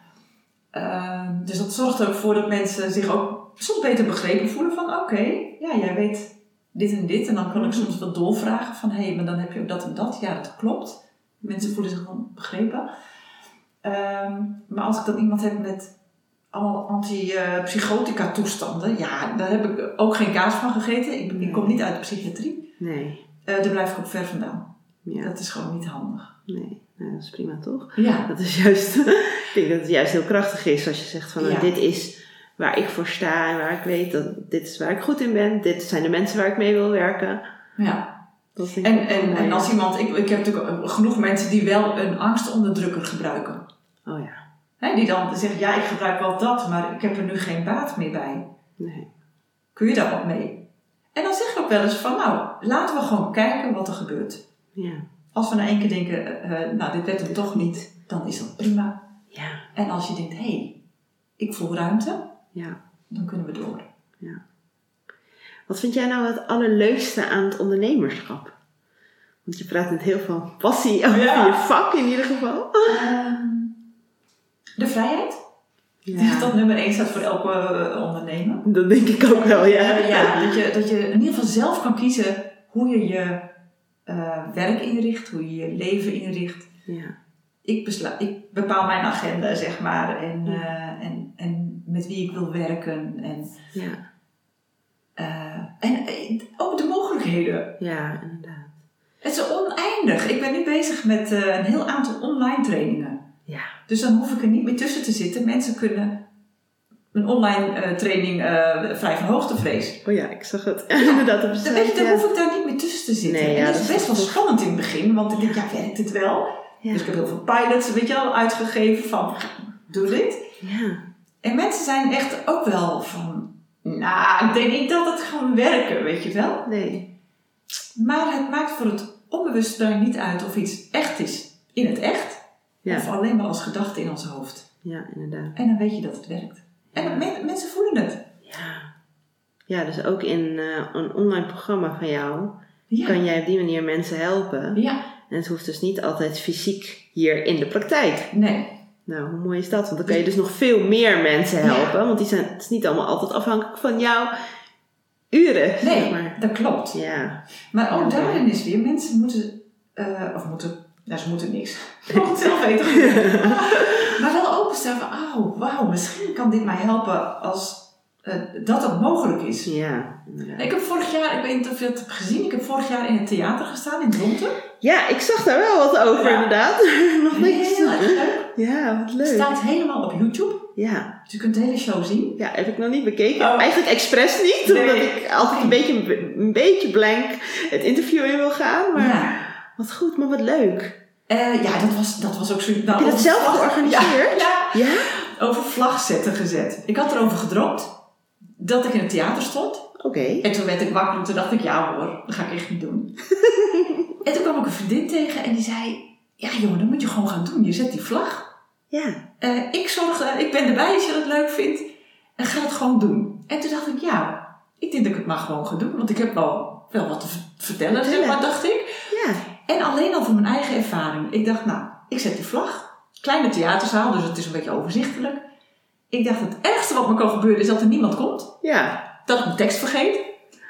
Ja. Dus dat zorgt er ook voor dat mensen zich ook soms beter begrepen voelen van jij weet dit en dit. En dan kan ik soms wat doorvragen van maar dan heb je ook dat en dat. Ja, dat klopt. Mensen voelen zich dan begrepen. Maar als ik dan iemand heb met allemaal antipsychotica toestanden, daar heb ik ook geen kaas van gegeten. Ik kom niet uit de psychiatrie. Nee. Daar blijf ik ook ver vandaan. Ja. Dat is gewoon niet handig. Nee, dat is prima toch? Ja. Dat is juist, ik denk dat het juist heel krachtig is als je zegt van dit is waar ik voor sta en waar ik weet dat dit is waar ik goed in ben. Dit zijn de mensen waar ik mee wil werken. Ja. Dat vind ik ook wel mooi. En als iemand... Ik heb natuurlijk genoeg mensen die wel een angstonderdrukker gebruiken. Oh ja. Hè, die dan zeggen, ja, ik gebruik wel dat, maar ik heb er nu geen baat meer bij. Nee. Kun je daar wat mee? En dan zeg ik ook wel eens van, nou, laten we gewoon kijken wat er gebeurt. Ja. Als we na 1 keer denken, nou, dit werd hem toch niet, dan is dat prima. Ja. En als je denkt, hé, ik voel ruimte, Ja. dan kunnen we door. Ja. Wat vind jij nou het allerleukste aan het ondernemerschap? Want je praat met heel veel passie over je vak in ieder geval. De vrijheid. Ja. Die dat nummer 1 staat voor elke ondernemer. Dat denk ik ook wel, ja. Dat je in ieder geval zelf kan kiezen hoe je je werk inricht, hoe je je leven inricht. Ja. Ik bepaal mijn agenda, zeg maar, en met wie ik wil werken. En ook de mogelijkheden. Ja, inderdaad. Het is oneindig. Ik ben nu bezig met een heel aantal online trainingen. Ja. Dus dan hoef ik er niet meer tussen te zitten. Mensen kunnen een online training vrij van hoogtevrees. Oh ja, ik zag het. Inderdaad op de site. Dan hoef ik daar niet meer tussen te zitten. Nee, en dat dat is is best wel toch spannend in het begin. Want ik denk, werkt het wel? Ja. Dus ik heb heel veel pilots, weet je wel, uitgegeven van, doe dit. Ja. En mensen zijn echt ook wel van, nou, ik denk niet dat het gaat werken, weet je wel. Nee. Maar het maakt voor het onbewustbrein niet uit of iets echt is in het echt. Ja. Of alleen maar als gedachte in ons hoofd. Ja, inderdaad. En dan weet je dat het werkt. En mensen voelen het. Ja. Ja, dus ook in een online programma van jou Ja. kan jij op die manier mensen helpen. Ja. En het hoeft dus niet altijd fysiek hier in de praktijk. Nee. Nou, hoe mooi is dat? Want dan kan je dus nog veel meer mensen helpen. Want het is niet allemaal altijd afhankelijk van jouw uren. Nee, zeg maar. dat klopt. Ja. Maar ook Ja, daarin is weer, mensen moeten, ze moeten niks. Ze mogen het zelf weten. Maar wel openstellen van, oh, wauw, misschien kan dit mij helpen als dat ook mogelijk is. Ja, inderdaad. Ik heb vorig jaar, ik weet niet of je het hebt gezien, ik heb vorig jaar in het theater gestaan in Dronten. Ja, ik zag daar wel wat over inderdaad. Nog niks. Heel erg leuk. Ja, wat leuk. Het staat helemaal op YouTube. Ja. Dus je kunt de hele show zien. Ja, heb ik nog niet bekeken. Oh. Eigenlijk expres niet. Nee. Omdat ik altijd een beetje blank het interview in wil gaan. Maar Ja. wat goed, maar wat leuk. Dat was ook zo. Nou, Heb je dat zelf georganiseerd? Ja. Ja? Over vlagzetten gezet. Ik had erover gedroomd dat ik in het theater stond. Oké. En toen werd ik wakker en toen dacht ik, ja hoor, dat ga ik echt niet doen. En toen kwam ik een vriendin tegen en die zei, ja jongen, dat moet je gewoon gaan doen. Je zet die vlag. Ja. Ik ben erbij als je dat leuk vindt. En ga het gewoon doen. En toen dacht ik, ja, ik denk dat ik het maar gewoon ga doen. Want ik heb wel wat te vertellen, zeg maar, dacht ik. Ja. En alleen al van mijn eigen ervaring. Ik dacht, nou, ik zet die vlag. Kleine theaterzaal, dus het is een beetje overzichtelijk. Ik dacht, het ergste wat me kan gebeuren is dat er niemand komt. Ja. Dat ik mijn tekst vergeet.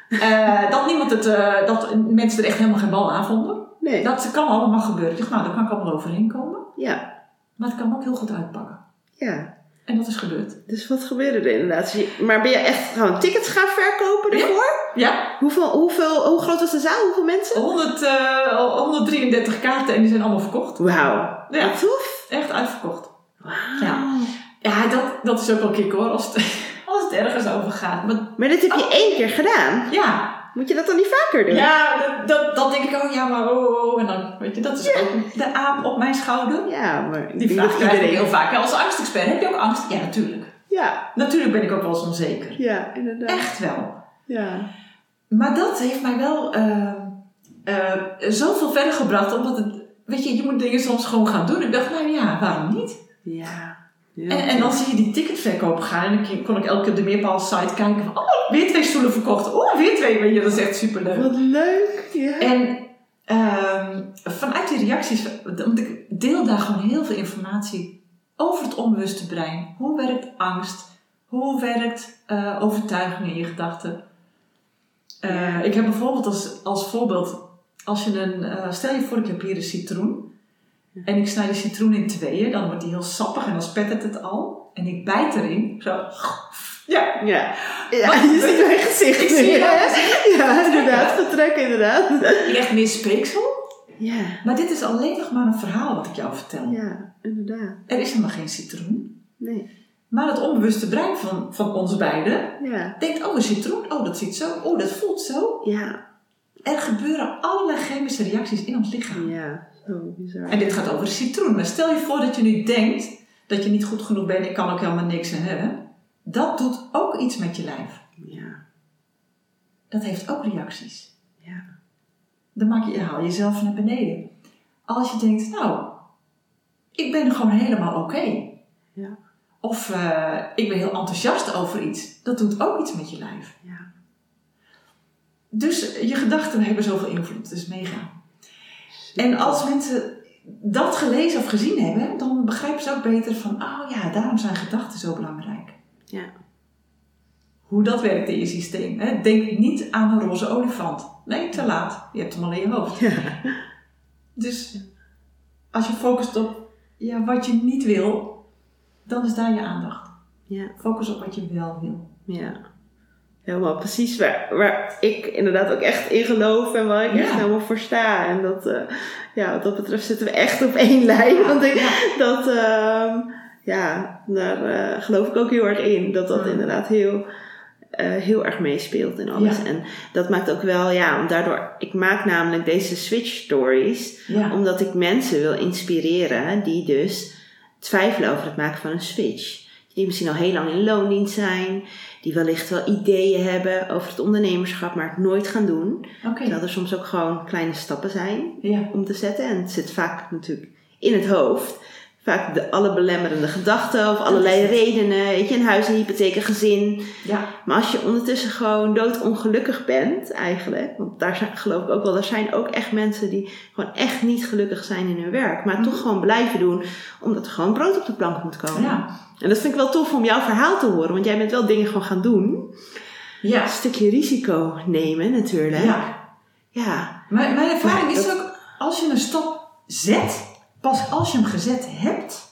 Dat mensen er echt helemaal geen bal aan vonden. Nee. Dat kan allemaal gebeuren. Ik dacht, nou, daar kan ik allemaal overheen komen. Ja. Maar het kan ook heel goed uitpakken. Ja. En dat is gebeurd. Dus wat gebeurde er inderdaad? Maar ben je echt gewoon tickets gaan verkopen ervoor? Ja. Hoe groot was de zaal? Hoeveel mensen? 133 kaarten en die zijn allemaal verkocht. Wauw. Ja. Wat tof. Echt uitverkocht. Wauw. Ja, dat is ook wel kick hoor. Als het ergens over gaat. Maar dit heb je 1 keer gedaan. Ja. Moet je dat dan niet vaker doen? Ja, dat denk ik ook. Ja, maar En dan, weet je, dat is ook de aap op mijn schouder. Ja, maar Die vraag krijg ik heel vaak. Ja, als angstexpert, heb je ook angst? Ja, natuurlijk. Ja. Natuurlijk ben ik ook wel eens onzeker. Ja, inderdaad. Echt wel. Ja. Maar dat heeft mij wel zoveel verder gebracht. Omdat het, weet je moet dingen soms gewoon gaan doen. Ik dacht, nou ja, waarom niet? Ja. En dan zie je die ticketverkoop gaan. En dan kon ik elke keer op de Meerpaal-site kijken van, oh, weer 2 stoelen verkocht. Oh, weer 2. Weet je, dat is echt superleuk. Wat leuk. Ja. En vanuit die reacties, want ik deel daar gewoon heel veel informatie over het onbewuste brein. Hoe werkt angst? Hoe werkt overtuiging in je gedachten? Ik heb bijvoorbeeld als voorbeeld, als je stel je voor ik heb hier een citroen. En ik snij die citroen in 2, dan wordt die heel sappig en dan spettert het al. En ik bijt erin, zo. Ja. Ja, je ziet mijn gezicht. Ik zie je gezicht. Ja, inderdaad. Vertrekken, inderdaad. Echt meer speeksel. Ja. Maar dit is alleen nog maar een verhaal wat ik jou vertel. Ja, inderdaad. Er is helemaal geen citroen. Nee. Maar het onbewuste brein van ons beiden Ja. denkt, oh, een citroen, oh, dat ziet zo, oh, dat voelt zo. Ja. Er gebeuren allerlei chemische reacties in ons lichaam. Ja, zo bizar. En dit gaat over de citroen. Maar stel je voor dat je nu denkt dat je niet goed genoeg bent. Ik kan ook helemaal niks aan hebben. Dat doet ook iets met je lijf. Ja. Dat heeft ook reacties. Ja. Dan haal je jezelf naar beneden. Als je denkt, nou, ik ben gewoon helemaal oké. Ja. Of ik ben heel enthousiast over iets. Dat doet ook iets met je lijf. Ja. Dus je gedachten hebben zoveel invloed. Dus meegaan. En als mensen dat gelezen of gezien hebben, dan begrijpen ze ook beter van, oh ja, daarom zijn gedachten zo belangrijk. Ja. Hoe dat werkt in je systeem. Hè? Denk niet aan een roze olifant. Nee, te laat. Je hebt hem al in je hoofd. Ja. Dus als je focust op wat je niet wil, dan is daar je aandacht. Ja. Focus op wat je wel wil. Ja. Helemaal precies waar ik inderdaad ook echt in geloof en waar ik echt helemaal voor sta. En dat, wat dat betreft zitten we echt op één lijn. Want daar geloof ik ook heel erg in. Dat inderdaad heel erg meespeelt in alles. Ja. En dat maakt ook wel, daardoor, ik maak namelijk deze switch stories, omdat ik mensen wil inspireren die dus twijfelen over het maken van een switch. Die misschien al heel lang in loondienst zijn, die wellicht wel ideeën hebben over het ondernemerschap, maar het nooit gaan doen. Okay. Terwijl er soms ook gewoon kleine stappen zijn om te zetten. En het zit vaak natuurlijk in het hoofd. Vaak alle belemmerende gedachten of allerlei redenen. Weet je, een huis, een hypotheek, een gezin. Ja. Maar als je ondertussen gewoon doodongelukkig bent eigenlijk. Want daar geloof ik ook wel. Er zijn ook echt mensen die gewoon echt niet gelukkig zijn in hun werk. Maar toch gewoon blijven doen. Omdat er gewoon brood op de plank moet komen. Ja. En dat vind ik wel tof om jouw verhaal te horen. Want jij bent wel dingen gewoon gaan doen. Ja. Een stukje risico nemen natuurlijk. Ja. Mijn ervaring is ook, als je een stap zet, pas als je hem gezet hebt,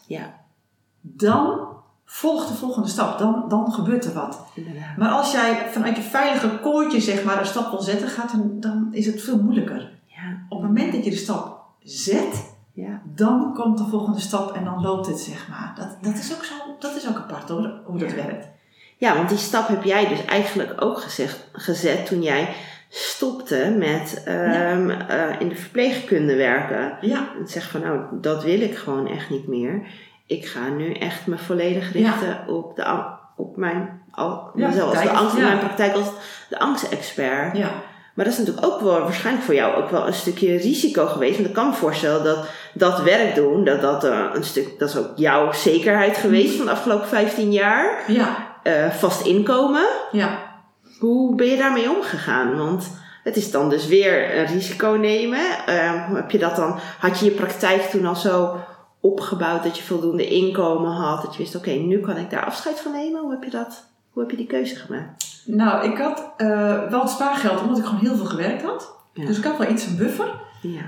dan volgt de volgende stap. Dan gebeurt er wat. Inderdaad. Maar als jij vanuit je veilige kooitje zeg maar een stap wil zetten, dan is het veel moeilijker. Ja. Op het moment dat je de stap zet, dan komt de volgende stap en dan loopt het zeg maar. Dat is ook apart hoor, hoe dat werkt. Ja, want die stap heb jij dus eigenlijk ook gezet toen jij stopte met in de verpleegkunde werken. Ja. En zeg van nou, dat wil ik gewoon echt niet meer. Ik ga nu echt me volledig richten op mezelf als de angst in mijn praktijk als de angstexpert. Ja. Maar dat is natuurlijk ook wel waarschijnlijk voor jou ook wel een stukje risico geweest. Want ik kan me voorstellen dat werk doen, dat is ook jouw zekerheid geweest van de afgelopen 15 jaar. Ja. Vast inkomen. Ja. Hoe ben je daarmee omgegaan? Want het is dan dus weer een risico nemen. Hoe heb je dat dan? Had je je praktijk toen al zo opgebouwd dat je voldoende inkomen had? Dat je wist, oké, nu kan ik daar afscheid van nemen. Hoe heb je die keuze gemaakt? Nou, ik had wel het spaargeld omdat ik gewoon heel veel gewerkt had. Ja. Dus ik had wel iets een buffer. Ja.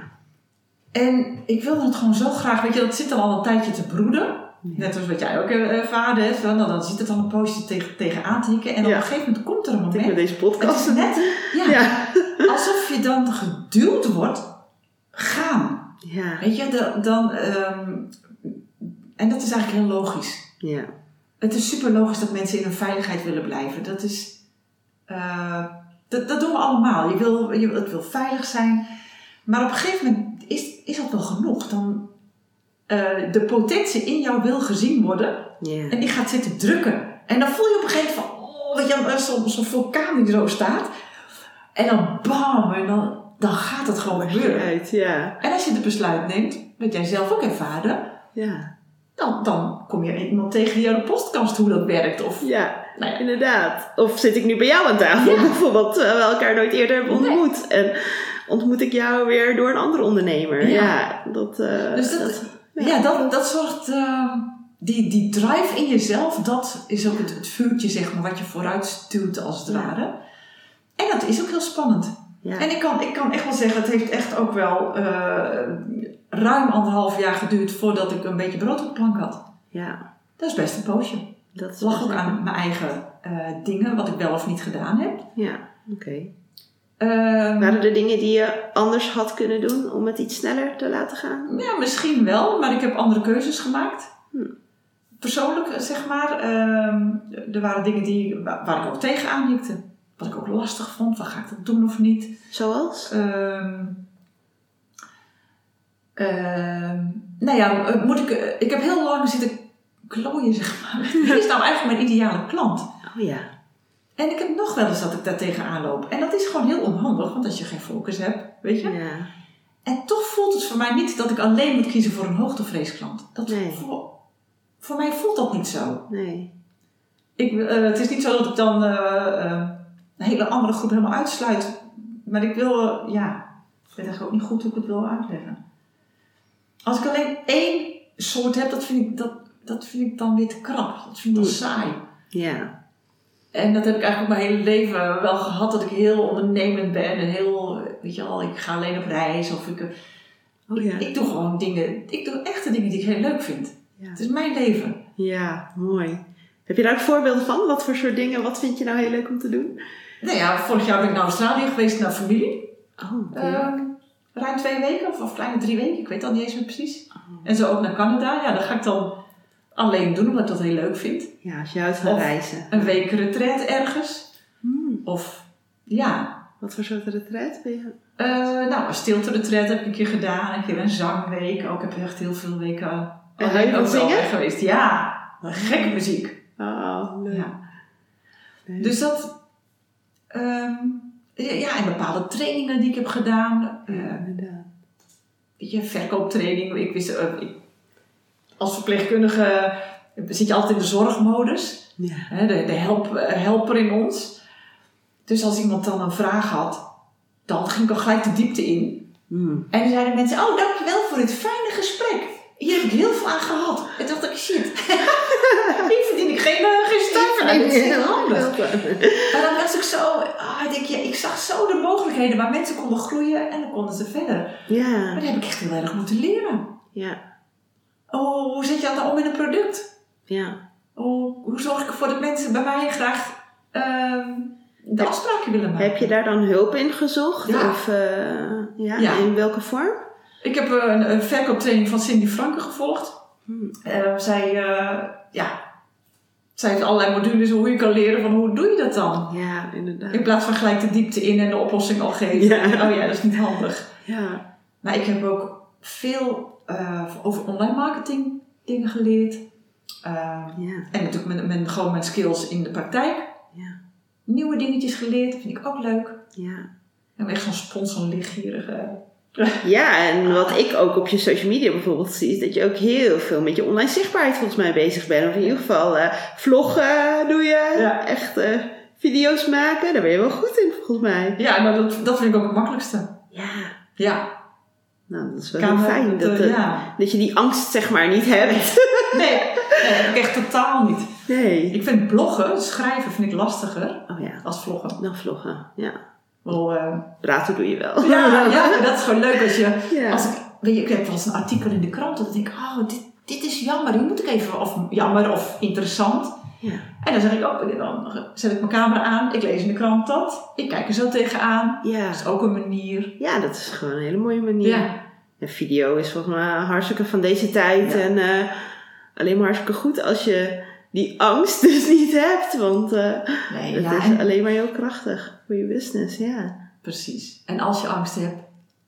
En ik wilde het gewoon zo graag, weet je, dat zit al een tijdje te broeden. Ja. Net als wat jij ook ervaarde hebt. Dan zit het al een poosje tegenaan te hikken. En op een gegeven moment komt er een moment. Met deze podcast. Het is net alsof je dan geduwd wordt gaan. Ja. Weet je, en dat is eigenlijk heel logisch. Ja. Het is super logisch dat mensen in hun veiligheid willen blijven. Dat is... Dat doen we allemaal. Het wil veilig zijn. Maar op een gegeven moment is dat wel genoeg. Dan de potentie in jou wil gezien worden. Yeah. En die gaat zitten drukken. En dan voel je op een gegeven moment van... zo'n vulkaan die zo staat. En dan bam. En dan gaat het gewoon gebeuren. Uit, ja. En als je het besluit neemt, wat jij zelf ook ervaarde... Ja. Dan kom je iemand tegen die jou de podcast hoe dat werkt. Of, inderdaad. Of zit ik nu bij jou aan tafel bijvoorbeeld, terwijl we elkaar nooit eerder hebben ontmoet. Nee. En ontmoet ik jou weer door een andere ondernemer. Ja, dat zorgt... Die drive in jezelf, dat is ook het vuurtje zeg maar, wat je vooruit stuurt als het ware. En dat is ook heel spannend. Ja. En ik kan echt wel zeggen, het heeft echt ook wel... ruim 1,5 jaar geduurd voordat ik een beetje brood op de plank had. Ja. Dat is best een poosje. Dat lag ook aan mijn eigen dingen, wat ik wel of niet gedaan heb. Ja, oké. Waren er dingen die je anders had kunnen doen om het iets sneller te laten gaan? Ja, misschien wel, maar ik heb andere keuzes gemaakt. Persoonlijk, zeg maar. Er waren dingen waar ik ook tegenaan hikte. wat ik ook lastig vond. Wat ga ik dat doen of niet? Zoals? Ik heb heel lang zitten klooien, zeg maar. Wie is nou eigenlijk mijn ideale klant? Oh ja. En ik heb nog wel eens dat ik daar tegenaan loop. En dat is gewoon heel onhandig, want als je geen focus hebt, weet je. Ja. En toch voelt het voor mij niet dat ik alleen moet kiezen voor een hoogtevreesklant. Voor mij voelt dat niet zo. Nee. Het is niet zo dat ik dan een hele andere groep helemaal uitsluit. Maar ik wil, ik weet eigenlijk ook niet goed hoe ik het wil uitleggen. Als ik alleen één soort heb, dat vind ik dan weer te krap. Dat vind ik dan saai. Ja. En dat heb ik eigenlijk ook mijn hele leven wel gehad. Dat ik heel ondernemend ben. En heel, weet je wel, ik ga alleen op reis. Of ik doe gewoon dingen. Ik doe echte dingen die ik heel leuk vind. Ja. Het is mijn leven. Ja, mooi. Heb je daar ook voorbeelden van? Wat voor soort dingen? Wat vind je nou heel leuk om te doen? Nou ja, vorig jaar ben ik naar Australië geweest, naar familie. Ruim 2 weken of kleine 3 weken. Ik weet al niet eens meer precies. Oh. En zo ook naar Canada. Ja, dat ga ik dan alleen doen, omdat ik dat heel leuk vind. Ja, als je uit gaat reizen. Een week retreat ergens. Of, ja. Wat voor soort retreat ben je? Een stilte retreat heb ik een keer gedaan. Een keer een zangweek. Ook heb ik echt heel veel weken alleen zingen geweest. Ja, gekke muziek. Oh, leuk. Ja. Nee. Dus dat... en bepaalde trainingen die ik heb gedaan. Weet je, verkooptraining. Ik wist... als verpleegkundige zit je altijd in de zorgmodus. Ja. De helper in ons. Dus als iemand dan een vraag had, dan ging ik al gelijk de diepte in. En dan zeiden mensen, oh dankjewel voor dit fijne gesprek. Hier heb ik heel veel aan gehad. En toen dacht ik, shit. Hier verdien ik geen stuiver. Dat is heel handig. Maar dan was ik zo, ik zag zo de mogelijkheden waar mensen konden groeien en dan konden ze verder. Ja. Maar dat heb ik echt heel erg moeten leren. Ja. Oh, hoe zet je dat nou om in een product? Ja. Oh, hoe zorg ik ervoor dat mensen bij mij graag de afspraken willen maken? Heb je daar dan hulp in gezocht? Ja. Of in welke vorm? Ik heb een verkooptraining van Cindy Franke gevolgd. Zij heeft allerlei modules hoe je kan leren van hoe doe je dat dan? Ja, inderdaad. In plaats van gelijk de diepte in en de oplossing al geven. Ja. Oh ja, dat is niet handig. Ja. Maar ik heb ook veel over online marketing dingen geleerd. En natuurlijk gewoon mijn skills in de praktijk. Ja. Nieuwe dingetjes geleerd, dat vind ik ook leuk. Ja. Ik heb echt zo'n sponsorlichtgierige. Ja, en wat ik ook op je social media bijvoorbeeld zie, is dat je ook heel veel met je online zichtbaarheid volgens mij bezig bent. Of in ieder geval vloggen doe je, echt video's maken, daar ben je wel goed in volgens mij. Ja, nou dat vind ik ook het makkelijkste. Ja. Nou, dat is wel heel fijn dat je die angst zeg maar niet hebt. Nee, dat heb ik echt totaal niet. Nee. Ik vind bloggen, schrijven vind ik lastiger als vloggen. Dan vloggen, ja. Praten doe je wel. Ja, dat is gewoon leuk als je... Ja. Ik heb wel eens een artikel in de krant dat ik denk, dit is jammer, hier moet ik even... Of jammer of interessant. Ja. En dan zeg ik ook, dan zet ik mijn camera aan, ik lees in de krant dat. Ik kijk er zo tegenaan. Ja. Dat is ook een manier. Ja, dat is gewoon een hele mooie manier. Ja. En video is volgens mij hartstikke van deze tijd. Ja. En alleen maar hartstikke goed als je die angst dus niet hebt. Want dat is alleen maar heel krachtig voor je business. Ja. Precies. En als je angst hebt...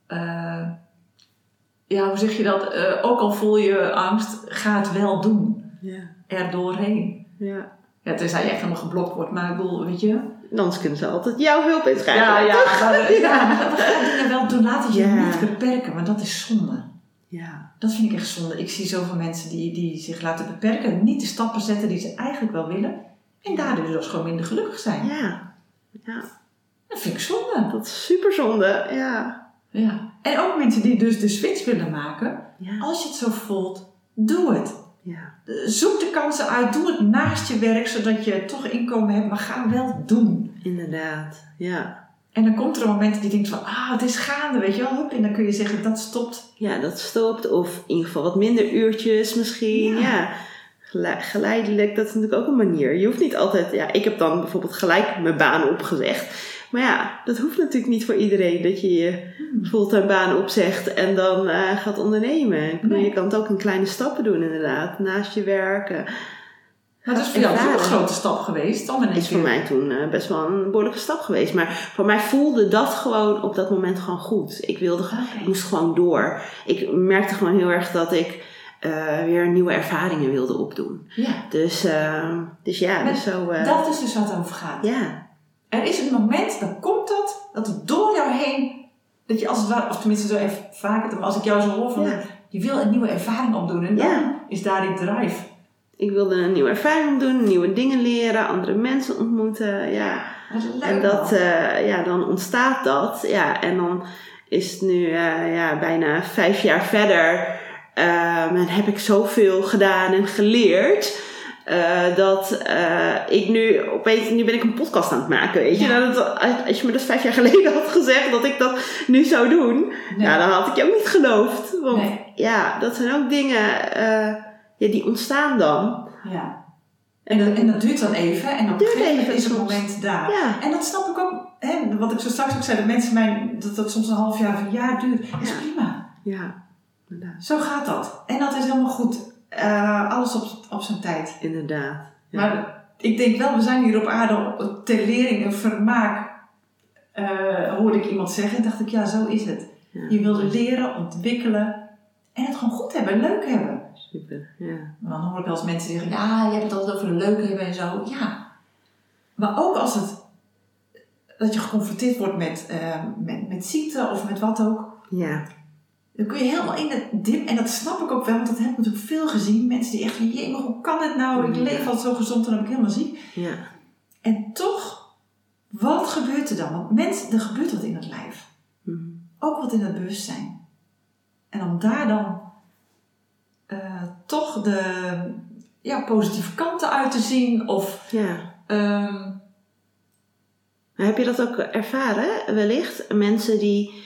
hoe zeg je dat? Ook al voel je angst, ga het wel doen. Ja. Er doorheen. Ja. Ja, tenzij je echt helemaal geblokt wordt. Maar ik bedoel, weet je... Anders kunnen ze altijd jouw hulp inschakelen. Maar we gaan dingen wel doen. Laat het je niet beperken. Maar dat is zonde. Ja. Dat vind ik echt zonde. Ik zie zoveel mensen die zich laten beperken. Niet de stappen zetten die ze eigenlijk wel willen. En daardoor dus gewoon minder gelukkig zijn. Ja. Dat vind ik zonde. Dat is super zonde. Ja. En ook mensen die dus de switch willen maken. Ja. Als je het zo voelt, doe het. Ja. Zoek de kansen uit. Doe het naast je werk, zodat je toch inkomen hebt. Maar ga wel doen. Inderdaad, ja. En dan komt er een moment dat je denkt van, het is gaande, weet je wel. En dan kun je zeggen, dat stopt. Ja, dat stopt. Of in ieder geval wat minder uurtjes misschien. Ja. Geleidelijk, dat is natuurlijk ook een manier. Je hoeft niet altijd... Ja, ik heb dan bijvoorbeeld gelijk mijn baan opgezegd. Maar ja, dat hoeft natuurlijk niet voor iedereen. Dat je je fulltime baan opzegt en dan gaat ondernemen. Nee. Je kan het ook in kleine stappen doen inderdaad. Naast je werken. Maar dat is voor jou ook een ervaren. grote stap geweest. Om Is voor mij toen best wel een behoorlijke stap geweest. Maar voor mij voelde dat gewoon op dat moment gewoon goed. Ik moest gewoon door. Ik merkte gewoon heel erg dat ik weer nieuwe ervaringen wilde opdoen. Ja. Dus ja, Maar dus zo... dat is dus wat het over gaat. ja, Er is een moment, dan komt dat het door jou heen, dat je als het ware, of tenminste zo even vaker, als ik jou zo hoor van, je wil een nieuwe ervaring opdoen. En dan is daar die drive. ik wilde een nieuwe ervaring opdoen, nieuwe dingen leren, andere mensen ontmoeten. Ja. Dat is leuk, En dat, dan ontstaat dat. Ja, en dan is het nu bijna 5 jaar verder. En heb ik zoveel gedaan en geleerd. Dat ik nu ben ik een podcast aan het maken, weet je. Ja. Nou, als je me dat 5 jaar geleden had gezegd dat ik dat nu zou doen, dan had ik je ook niet geloofd. Want dat zijn ook dingen die ontstaan dan. Ja. En dat duurt dan even en op een gegeven moment is het moment daar. Ja. En dat snap ik ook, hè, wat ik zo straks ook zei, dat mensen dat soms een half jaar of een jaar duurt, is prima. Ja, inderdaad. Zo gaat dat. En dat is helemaal goed. Alles op zijn tijd. Inderdaad. Ja. Maar ik denk wel, we zijn hier op aarde ter lering en vermaak. Hoorde ik iemand zeggen en dacht ik, ja, zo is het. Ja. Je wilde leren, ontwikkelen en het gewoon goed hebben, leuk hebben. Super, ja. Maar dan hoor ik wel eens mensen zeggen, ja, je hebt het altijd over de leuk hebben en zo. Ja. Maar ook als dat je geconfronteerd wordt met ziekte of met wat ook. Ja. Dan kun je helemaal in het diep, en dat snap ik ook wel, want dat heb ik natuurlijk veel gezien. Mensen die echt van, jee, maar hoe kan het nou? Ik leef al zo gezond en dan ben ik helemaal ziek. Ja. En toch, wat gebeurt er dan? Want er gebeurt wat in het lijf. Ook wat in het bewustzijn. En om daar dan toch de positieve kanten uit te zien. Of, heb je dat ook ervaren, wellicht? Mensen die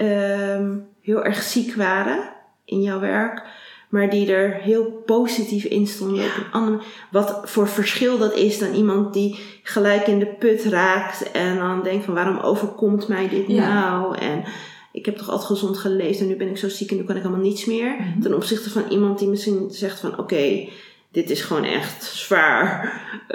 heel erg ziek waren in jouw werk, maar die er heel positief in stonden. Op een andere, wat voor verschil dat is dan iemand die gelijk in de put raakt en dan denkt van, waarom overkomt mij dit nou? En ik heb toch altijd gezond geleefd en nu ben ik zo ziek en nu kan ik helemaal niets meer. Mm-hmm. Ten opzichte van iemand die misschien zegt van, oké, dit is gewoon echt zwaar.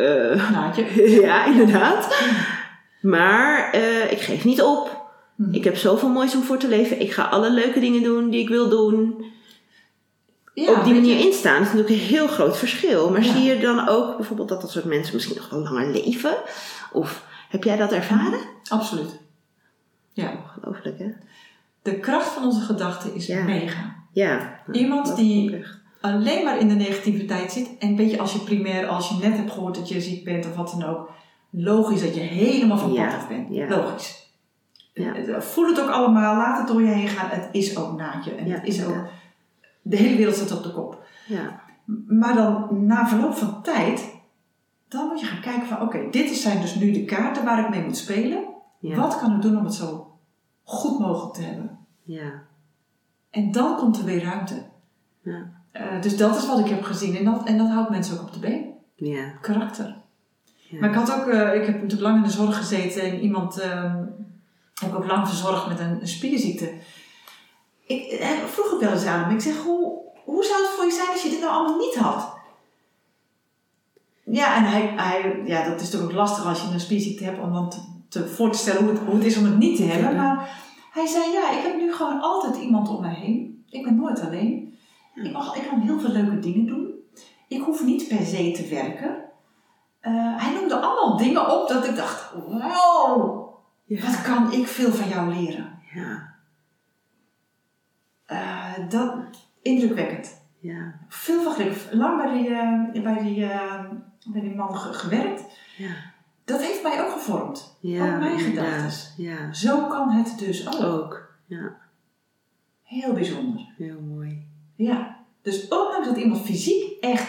Ja, inderdaad. Maar ik geef niet op. Ik heb zoveel moois om voor te leven. Ik ga alle leuke dingen doen die ik wil doen. Ja, op die manier instaan. Dat is natuurlijk een heel groot verschil. Maar zie je dan ook bijvoorbeeld dat soort mensen misschien nog wel langer leven? Of heb jij dat ervaren? Absoluut. Ja. Ongelooflijk, hè? De kracht van onze gedachten is mega. Ja. Iemand die alleen maar in de negativiteit zit. En een beetje als je net hebt gehoord dat je ziek bent of wat dan ook. Logisch dat je helemaal van pad af bent. Ja. Logisch. Ja. Voel het ook allemaal. Laat het door je heen gaan. Het is ook naadje. En het is ook... De hele wereld zit op de kop. Ja. Maar dan na verloop van tijd... Dan moet je gaan kijken van... Oké, dit zijn dus nu de kaarten waar ik mee moet spelen. Ja. Wat kan ik doen om het zo goed mogelijk te hebben? Ja. En dan komt er weer ruimte. Ja. Dus dat is wat ik heb gezien. En dat houdt mensen ook op de been. Ja. Karakter. Ja. Maar ik heb natuurlijk lang in de zorg gezeten. En iemand heb ik ook lang verzorgd met een spierziekte. Ik vroeg ook wel eens aan hem. Ik zeg, hoe zou het voor je zijn als je dit nou allemaal niet had? Ja, en hij dat is natuurlijk ook lastig als je een spierziekte hebt om dan voor te stellen hoe het is om het niet te hebben. Maar hij zei, ik heb nu gewoon altijd iemand om mij heen. Ik ben nooit alleen. Ik kan heel veel leuke dingen doen. Ik hoef niet per se te werken. Hij noemde allemaal dingen op dat ik dacht, wow, wat kan ik veel van jou leren. Ja. Dat indrukwekkend. Ja. Veel van geluk. Lang bij die man gewerkt. Ja. Dat heeft mij ook gevormd. Ja. Ook mijn gedachten. Ja. Zo kan het dus ook. Ja. Heel bijzonder. Heel mooi. Ja. Dus ondanks dat iemand fysiek echt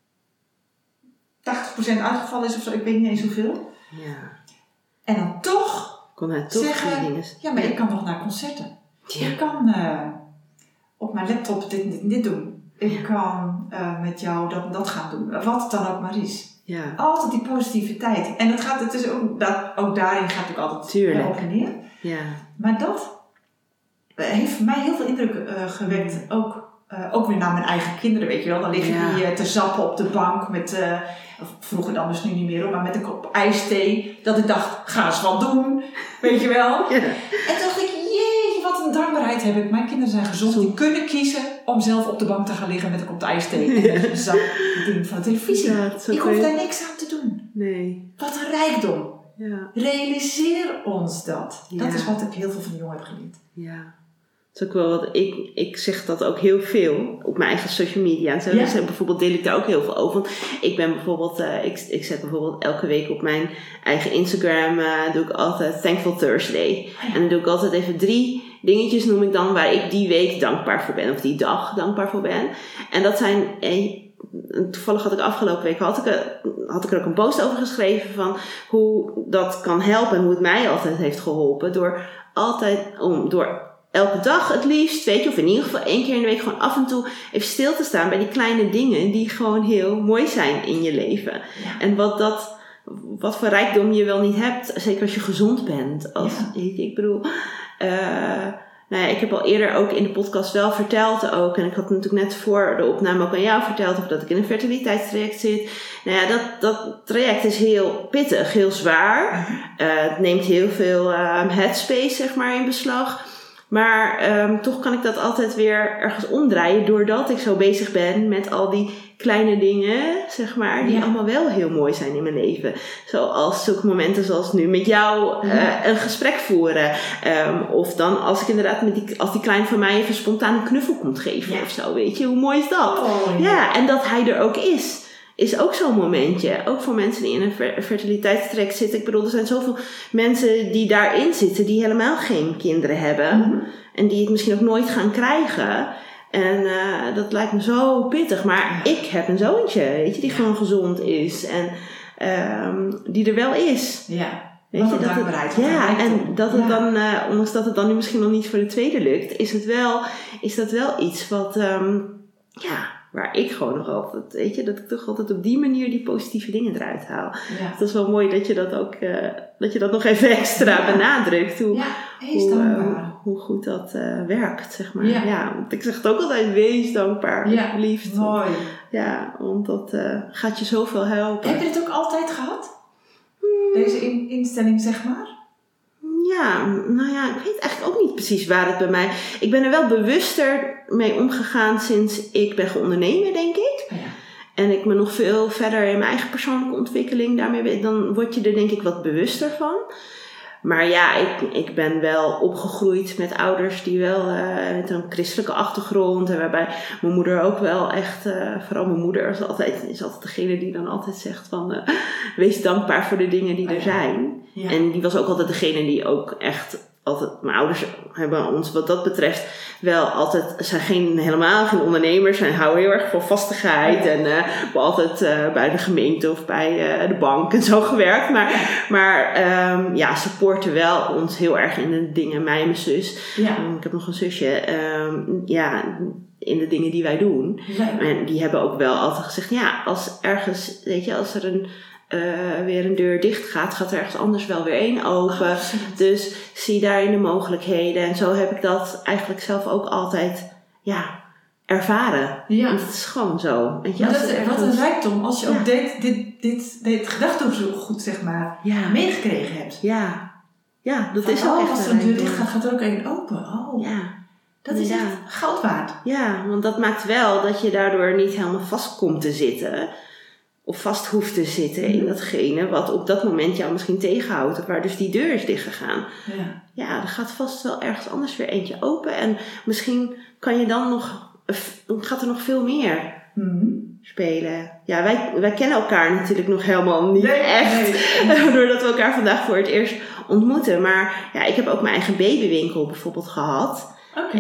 80% uitgevallen is of zo, ik weet niet eens hoeveel. Ja. En dan toch Kon hij toch zeggen, dingen... ja, maar ik kan nog naar concerten. Ja. Ik kan op mijn laptop dit doen. Ik kan met jou dat gaan doen. Wat het dan ook maar is. Ja. Altijd die positiviteit. En het is ook daarin gaat het ook altijd op en neer. Ja. Maar dat heeft voor mij heel veel indruk gewekt. Ook ook weer naar mijn eigen kinderen, weet je wel. Dan liggen die te zappen op de bank met, vroeger dan dus nu niet meer, maar met een kop ijsthee. Dat ik dacht, ga eens wat doen, weet je wel. Ja. En toen dacht ik, jee, wat een dankbaarheid heb ik. Mijn kinderen zijn gezond, die kunnen kiezen om zelf op de bank te gaan liggen met een kop ijsthee. En dus een ding van de televisie. Ja, ik hoef daar niks aan te doen. Nee. Wat een rijkdom. Ja. Realiseer ons dat. Dat is wat ik heel veel van de jongen heb geleerd. Ja. Dat is ook wel wat ik zeg dat ook heel veel op mijn eigen social media. En zo. Dus bijvoorbeeld deel ik daar ook heel veel over. Want ik ben bijvoorbeeld, ik zet bijvoorbeeld elke week op mijn eigen Instagram, doe ik altijd Thankful Thursday. En dan doe ik altijd even 3 dingetjes, noem ik dan, waar ik die week dankbaar voor ben. Of die dag dankbaar voor ben. En dat zijn, toevallig had ik afgelopen week, had ik er ook een post over geschreven van hoe dat kan helpen. En hoe het mij altijd heeft geholpen. Door elke dag het liefst, weet je, of in ieder geval 1 keer in de week gewoon af en toe even stil te staan bij die kleine dingen die gewoon heel mooi zijn in je leven. Ja. En wat voor rijkdom je wel niet hebt, zeker als je gezond bent. Ik bedoel, ik heb al eerder ook in de podcast wel verteld ook, en ik had natuurlijk net voor de opname ook aan jou verteld, dat ik in een fertiliteitstraject zit. Nou ja, dat traject is heel pittig, heel zwaar. Het neemt heel veel headspace, zeg maar, in beslag. Maar toch kan ik dat altijd weer ergens omdraaien, doordat ik zo bezig ben met al die kleine dingen, zeg maar, die allemaal wel heel mooi zijn in mijn leven. Zoals zulke momenten zoals nu met jou een gesprek voeren. Of dan als ik inderdaad als die klein van mij even spontaan een knuffel komt geven of zo, weet je. Hoe mooi is dat? Ja, en dat hij er ook is ook zo'n momentje. Ook voor mensen die in een fertiliteitstraject zitten. Ik bedoel, er zijn zoveel mensen die daarin zitten, die helemaal geen kinderen hebben. Mm-hmm. En die het misschien ook nooit gaan krijgen. En dat lijkt me zo pittig. Maar ik heb een zoontje, weet je, die gewoon gezond is. En die er wel is. Ja. Weet je, en dat het dan, ondanks dat het dan nu misschien nog niet voor de tweede lukt, is dat wel iets wat, waar ik gewoon nog altijd, weet je, dat ik toch altijd op die manier die positieve dingen eruit haal. Ja. Dus dat is wel mooi dat je dat ook, dat je dat nog even extra benadrukt. Hoe goed dat werkt, zeg maar. Ja, want ik zeg het ook altijd, wees dankbaar. Ja, liefst. Mooi. Ja, want dat gaat je zoveel helpen. Heb je dit ook altijd gehad? Deze instelling, zeg maar? Ja, nou ja, ik weet eigenlijk ook niet precies waar het bij mij... Ik ben er wel bewuster mee omgegaan sinds ik ben gaan ondernemen, denk ik. Ja. En ik me nog veel verder in mijn eigen persoonlijke ontwikkeling daarmee... Dan word je er denk ik wat bewuster van. Maar ja, ik ben wel opgegroeid met ouders die wel met een christelijke achtergrond. En waarbij mijn moeder ook wel echt, vooral mijn moeder is altijd degene die dan altijd zegt van wees dankbaar voor de dingen die er zijn. Ja. En die was ook altijd degene die ook echt altijd, mijn ouders hebben ons wat dat betreft wel altijd, zijn helemaal geen ondernemers, zij houden heel erg van vastigheid en hebben altijd bij de gemeente of bij de bank en zo gewerkt, maar supporten wel ons heel erg in de dingen, mij en mijn zus. Ja. Ik heb nog een zusje, in de dingen die wij doen. Ja. En die hebben ook wel altijd gezegd, ja, als ergens, weet je, als er weer een deur dicht gaat er ergens anders wel weer één open. Dus zie daarin de mogelijkheden. En zo heb ik dat eigenlijk zelf ook altijd ervaren. Ja. En het is gewoon zo. Weet je, wat een rijkdom als je ook dit gedachtegoed zo goed, zeg maar, meegekregen hebt. Ja, dat is ook echt als er een deur dicht gaat, gaat er ook één open. Oh. Ja. Dat is echt goud waard. Ja, want dat maakt wel dat je daardoor niet helemaal vast komt te zitten. Of vast hoeft te zitten in datgene wat op dat moment jou misschien tegenhoudt. Of waar dus die deur is dichtgegaan. Ja, er gaat vast wel ergens anders weer eentje open. En misschien kan je dan gaat er nog veel meer spelen. Ja, wij kennen elkaar natuurlijk nog helemaal niet echt. Nee. Doordat we elkaar vandaag voor het eerst ontmoeten. Maar ja, ik heb ook mijn eigen babywinkel bijvoorbeeld gehad. Okay.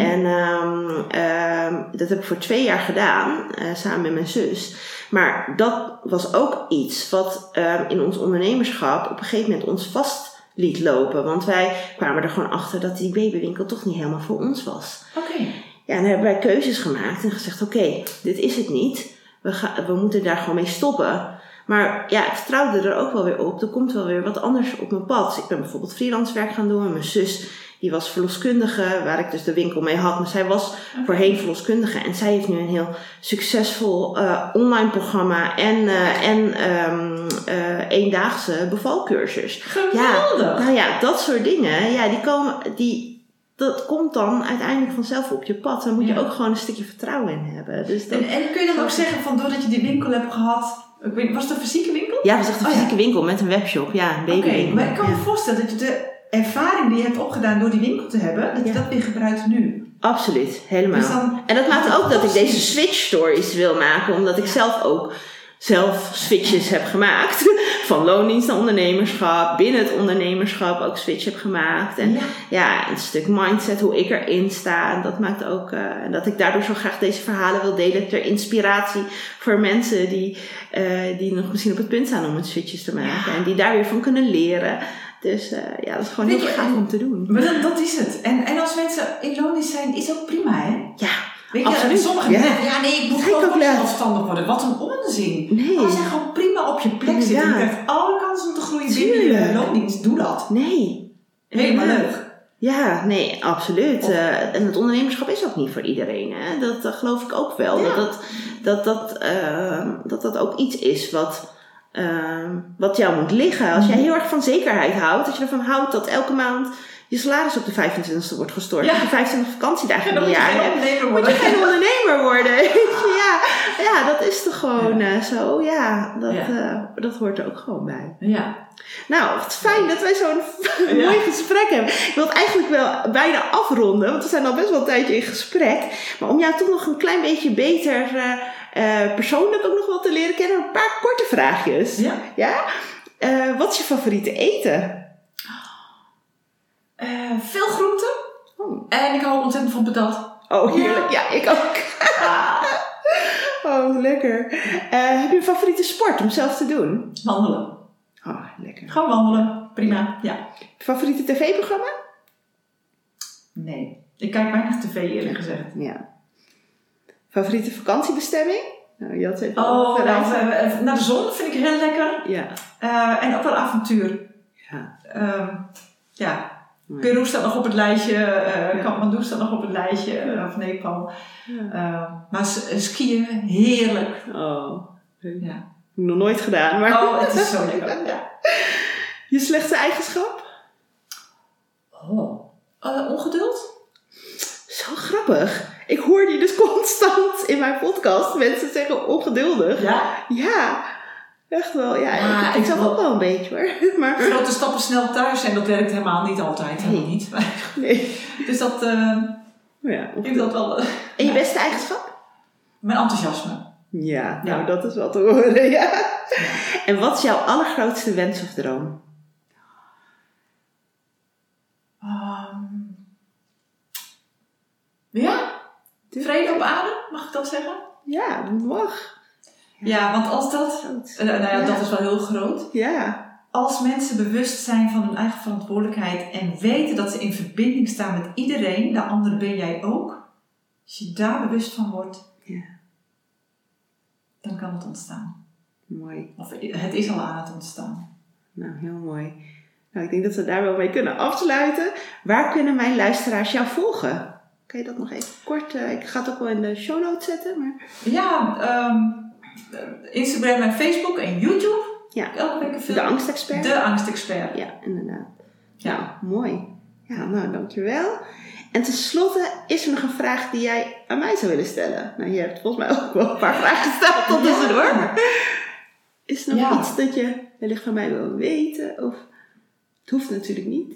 En dat heb ik voor 2 jaar gedaan, samen met mijn zus. Maar dat was ook iets wat in ons ondernemerschap op een gegeven moment ons vast liet lopen. Want wij kwamen er gewoon achter dat die babywinkel toch niet helemaal voor ons was. Oké. Ja, en dan hebben wij keuzes gemaakt en gezegd, oké, dit is het niet. We moeten daar gewoon mee stoppen. Maar ja, ik vertrouwde er ook wel weer op. Er komt wel weer wat anders op mijn pad. Dus ik ben bijvoorbeeld freelance werk gaan doen. En mijn zus, Die was verloskundige, waar ik dus de winkel mee had. Maar zij was voorheen verloskundige. En zij heeft nu een heel succesvol online programma en eendaagse bevalcursus. Geweldig! Nou ja, dat soort dingen. Ja, dat komt dan uiteindelijk vanzelf op je pad. Dan moet je ook gewoon een stukje vertrouwen in hebben. Dus en kun je dan ook zeggen van doordat je die winkel hebt gehad... Was het een fysieke winkel? Ja, het was echt een fysieke winkel met een webshop. Ja, een babywinkel. Oké, maar ik kan me voorstellen dat je de ervaring die je hebt opgedaan door die winkel te hebben... dat je dat weer gebruikt nu. Absoluut, helemaal. Dus en dat maakt ook dat ik deze switch stories wil maken. Omdat ik zelf switches heb gemaakt. Van loondienst naar ondernemerschap. Binnen het ondernemerschap ook switch heb gemaakt. En een stuk mindset, hoe ik erin sta. En dat maakt ook dat ik daardoor zo graag deze verhalen wil delen. Ter inspiratie voor mensen die nog misschien op het punt staan om het switches te maken. En die daar weer van kunnen leren. Dus dat is gewoon heel gaaf om te doen. Maar dat is het. En als mensen in loondienst zijn, is ook prima, hè? Ja. Weet je, sommigen zeggen, ik moet gewoon zelfstandig worden. Wat een onzin. Nee. Als je gewoon prima op je plek zit en je krijgt alle kansen om te groeien binnen je loondienst, doe dat. Nee. Helemaal leuk. Ja, nee, absoluut. En het ondernemerschap is ook niet voor iedereen. Hè? Dat geloof ik ook wel. Ja. Dat ook iets is wat jou moet liggen. Als jij heel erg van zekerheid houdt, dat je ervan houdt dat elke maand je salaris op de 25e wordt gestort. Ja. Dat je 25 vakantiedagen in een jaar hebt. Moet je geen ondernemer worden. Ja, dat is toch gewoon zo. Ja, dat hoort er ook gewoon bij. Ja. Nou, het is fijn dat wij zo'n mooi gesprek hebben. Ik wil het eigenlijk wel bijna afronden, want we zijn al best wel een tijdje in gesprek. Maar om jou toch nog een klein beetje beter persoonlijk ook nog wel te leren kennen, een paar korte vraagjes. Ja? Wat is je favoriete eten? Veel groenten. En ik hou ontzettend van patat. Oh, heerlijk. Ja, ik ook. Oh, lekker. Heb je een favoriete sport om zelf te doen? Wandelen. Oh, lekker. Gewoon wandelen. Prima. Ja. Favoriete tv-programma? Nee. Ik kijk weinig tv, eerlijk gezegd. Ja. Favoriete vakantiebestemming? Nou, je had het naar de zon vind ik heel lekker. Ja. En ook wel avontuur. Ja. Peru staat nog op het lijstje, Kathmandu staat nog op het lijstje, of Nepal. Ja. Maar skiën, heerlijk. Oh, ja. Nog nooit gedaan, maar... Oh, het is zo lekker. Ja. Je slechtste eigenschap? Ongeduld. Zo grappig. Ik hoor die dus constant in mijn podcast. Mensen zeggen ongeduldig. Ja? Ja. Echt wel, ja. Ik zelf ook wel een beetje hoor. Maar... Grote stappen snel thuis zijn, dat werkt helemaal niet altijd. Helemaal niet. Nee. Dus dat... ik dat wel... En je beste eigenschap? Mijn enthousiasme. Ja, nou dat is wel te horen, ja. En wat is jouw allergrootste wens of droom? Vrede op aarde, mag ik dat zeggen? Ja, dat mag. Ja, want als dat... dat is wel heel groot. Ja. Als mensen bewust zijn van hun eigen verantwoordelijkheid en weten dat ze in verbinding staan met iedereen, de andere ben jij ook. Als je daar bewust van wordt, dan kan het ontstaan. Mooi. Of het is al aan het ontstaan. Nou, heel mooi. Nou, ik denk dat we daar wel mee kunnen afsluiten. Waar kunnen mijn luisteraars jou volgen? Kan je dat nog even kort... ik ga het ook wel in de show notes zetten. Maar... Ja, Instagram en Facebook en YouTube. Ja, elke week een film. De Angstexpert. De Angstexpert. Ja, inderdaad. Ja. Nou, mooi. Ja, nou, dankjewel. En tenslotte is er nog een vraag die jij aan mij zou willen stellen. Nou, je hebt volgens mij ook wel een paar vragen gesteld tot tussendoor. Maar is er nog iets dat je wellicht van mij wil weten? Of... Het hoeft natuurlijk niet.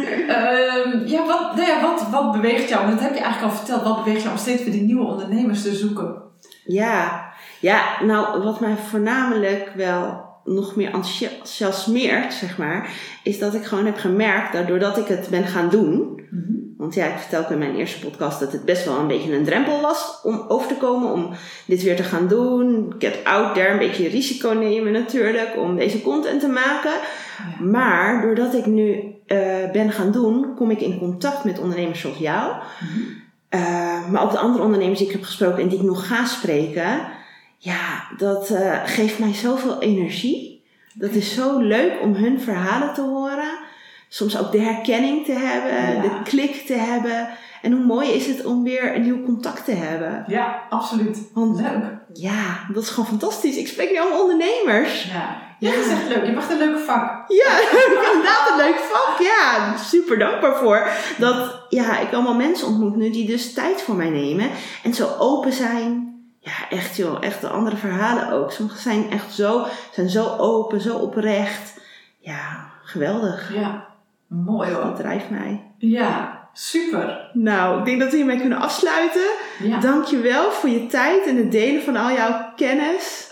Wat beweegt jou? Dat heb je eigenlijk al verteld. Wat beweegt jou om steeds weer die nieuwe ondernemers te zoeken? Ja, nou, wat mij voornamelijk wel nog meer enthousiasmeert, zeg maar, is dat ik gewoon heb gemerkt, doordat ik het ben gaan doen. Mm-hmm. Want ja, ik vertel ook in mijn eerste podcast dat het best wel een beetje een drempel was om over te komen, om dit weer te gaan doen. Get out there, een beetje risico nemen natuurlijk, om deze content te maken. Ja. Maar doordat ik nu ben gaan doen, kom ik in contact met ondernemers zoals jou. Mm-hmm. Maar ook de andere ondernemers die ik heb gesproken en die ik nog ga spreken. Ja, dat geeft mij zoveel energie. Dat is zo leuk om hun verhalen te horen. soms ook de herkenning te hebben, de klik te hebben. En hoe mooi is het om weer een nieuw contact te hebben. Ja, absoluut. Want, leuk. Ja, dat is gewoon fantastisch. Ik spreek nu allemaal ondernemers. Ja, dat is echt leuk. Je mag een leuk vak. Ja, inderdaad een leuk vak. Ja, super dankbaar voor. Dat ik allemaal mensen ontmoet nu die dus tijd voor mij nemen. En zo open zijn. Ja, echt joh. Echt de andere verhalen ook. Sommigen zijn echt zijn zo open, zo oprecht. Ja, geweldig. Ja, mooi hoor. Dat drijft mij. Ja, super. Nou, ik denk dat we hiermee kunnen afsluiten. Ja. Dank je wel voor je tijd en het delen van al jouw kennis.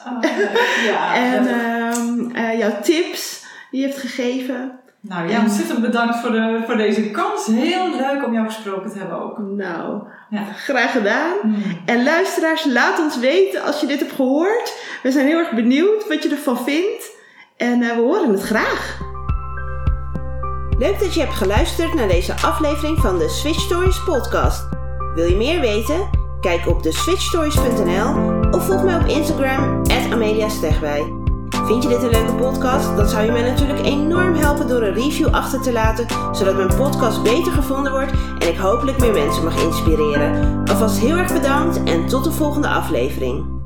En jouw tips die je hebt gegeven. Nou ja, ontzettend bedankt voor deze kans. Heel leuk om jou gesproken te hebben ook. Nou, graag gedaan. En luisteraars, laat ons weten als je dit hebt gehoord. We zijn heel erg benieuwd wat je ervan vindt. En we horen het graag. Leuk dat je hebt geluisterd naar deze aflevering van de Switch Stories podcast. Wil je meer weten? Kijk op theswitchstories.nl of volg mij op Instagram @AmeliaStegwij. Vind je dit een leuke podcast? Dan zou je mij natuurlijk enorm helpen door een review achter te laten, zodat mijn podcast beter gevonden wordt en ik hopelijk meer mensen mag inspireren. Alvast heel erg bedankt en tot de volgende aflevering.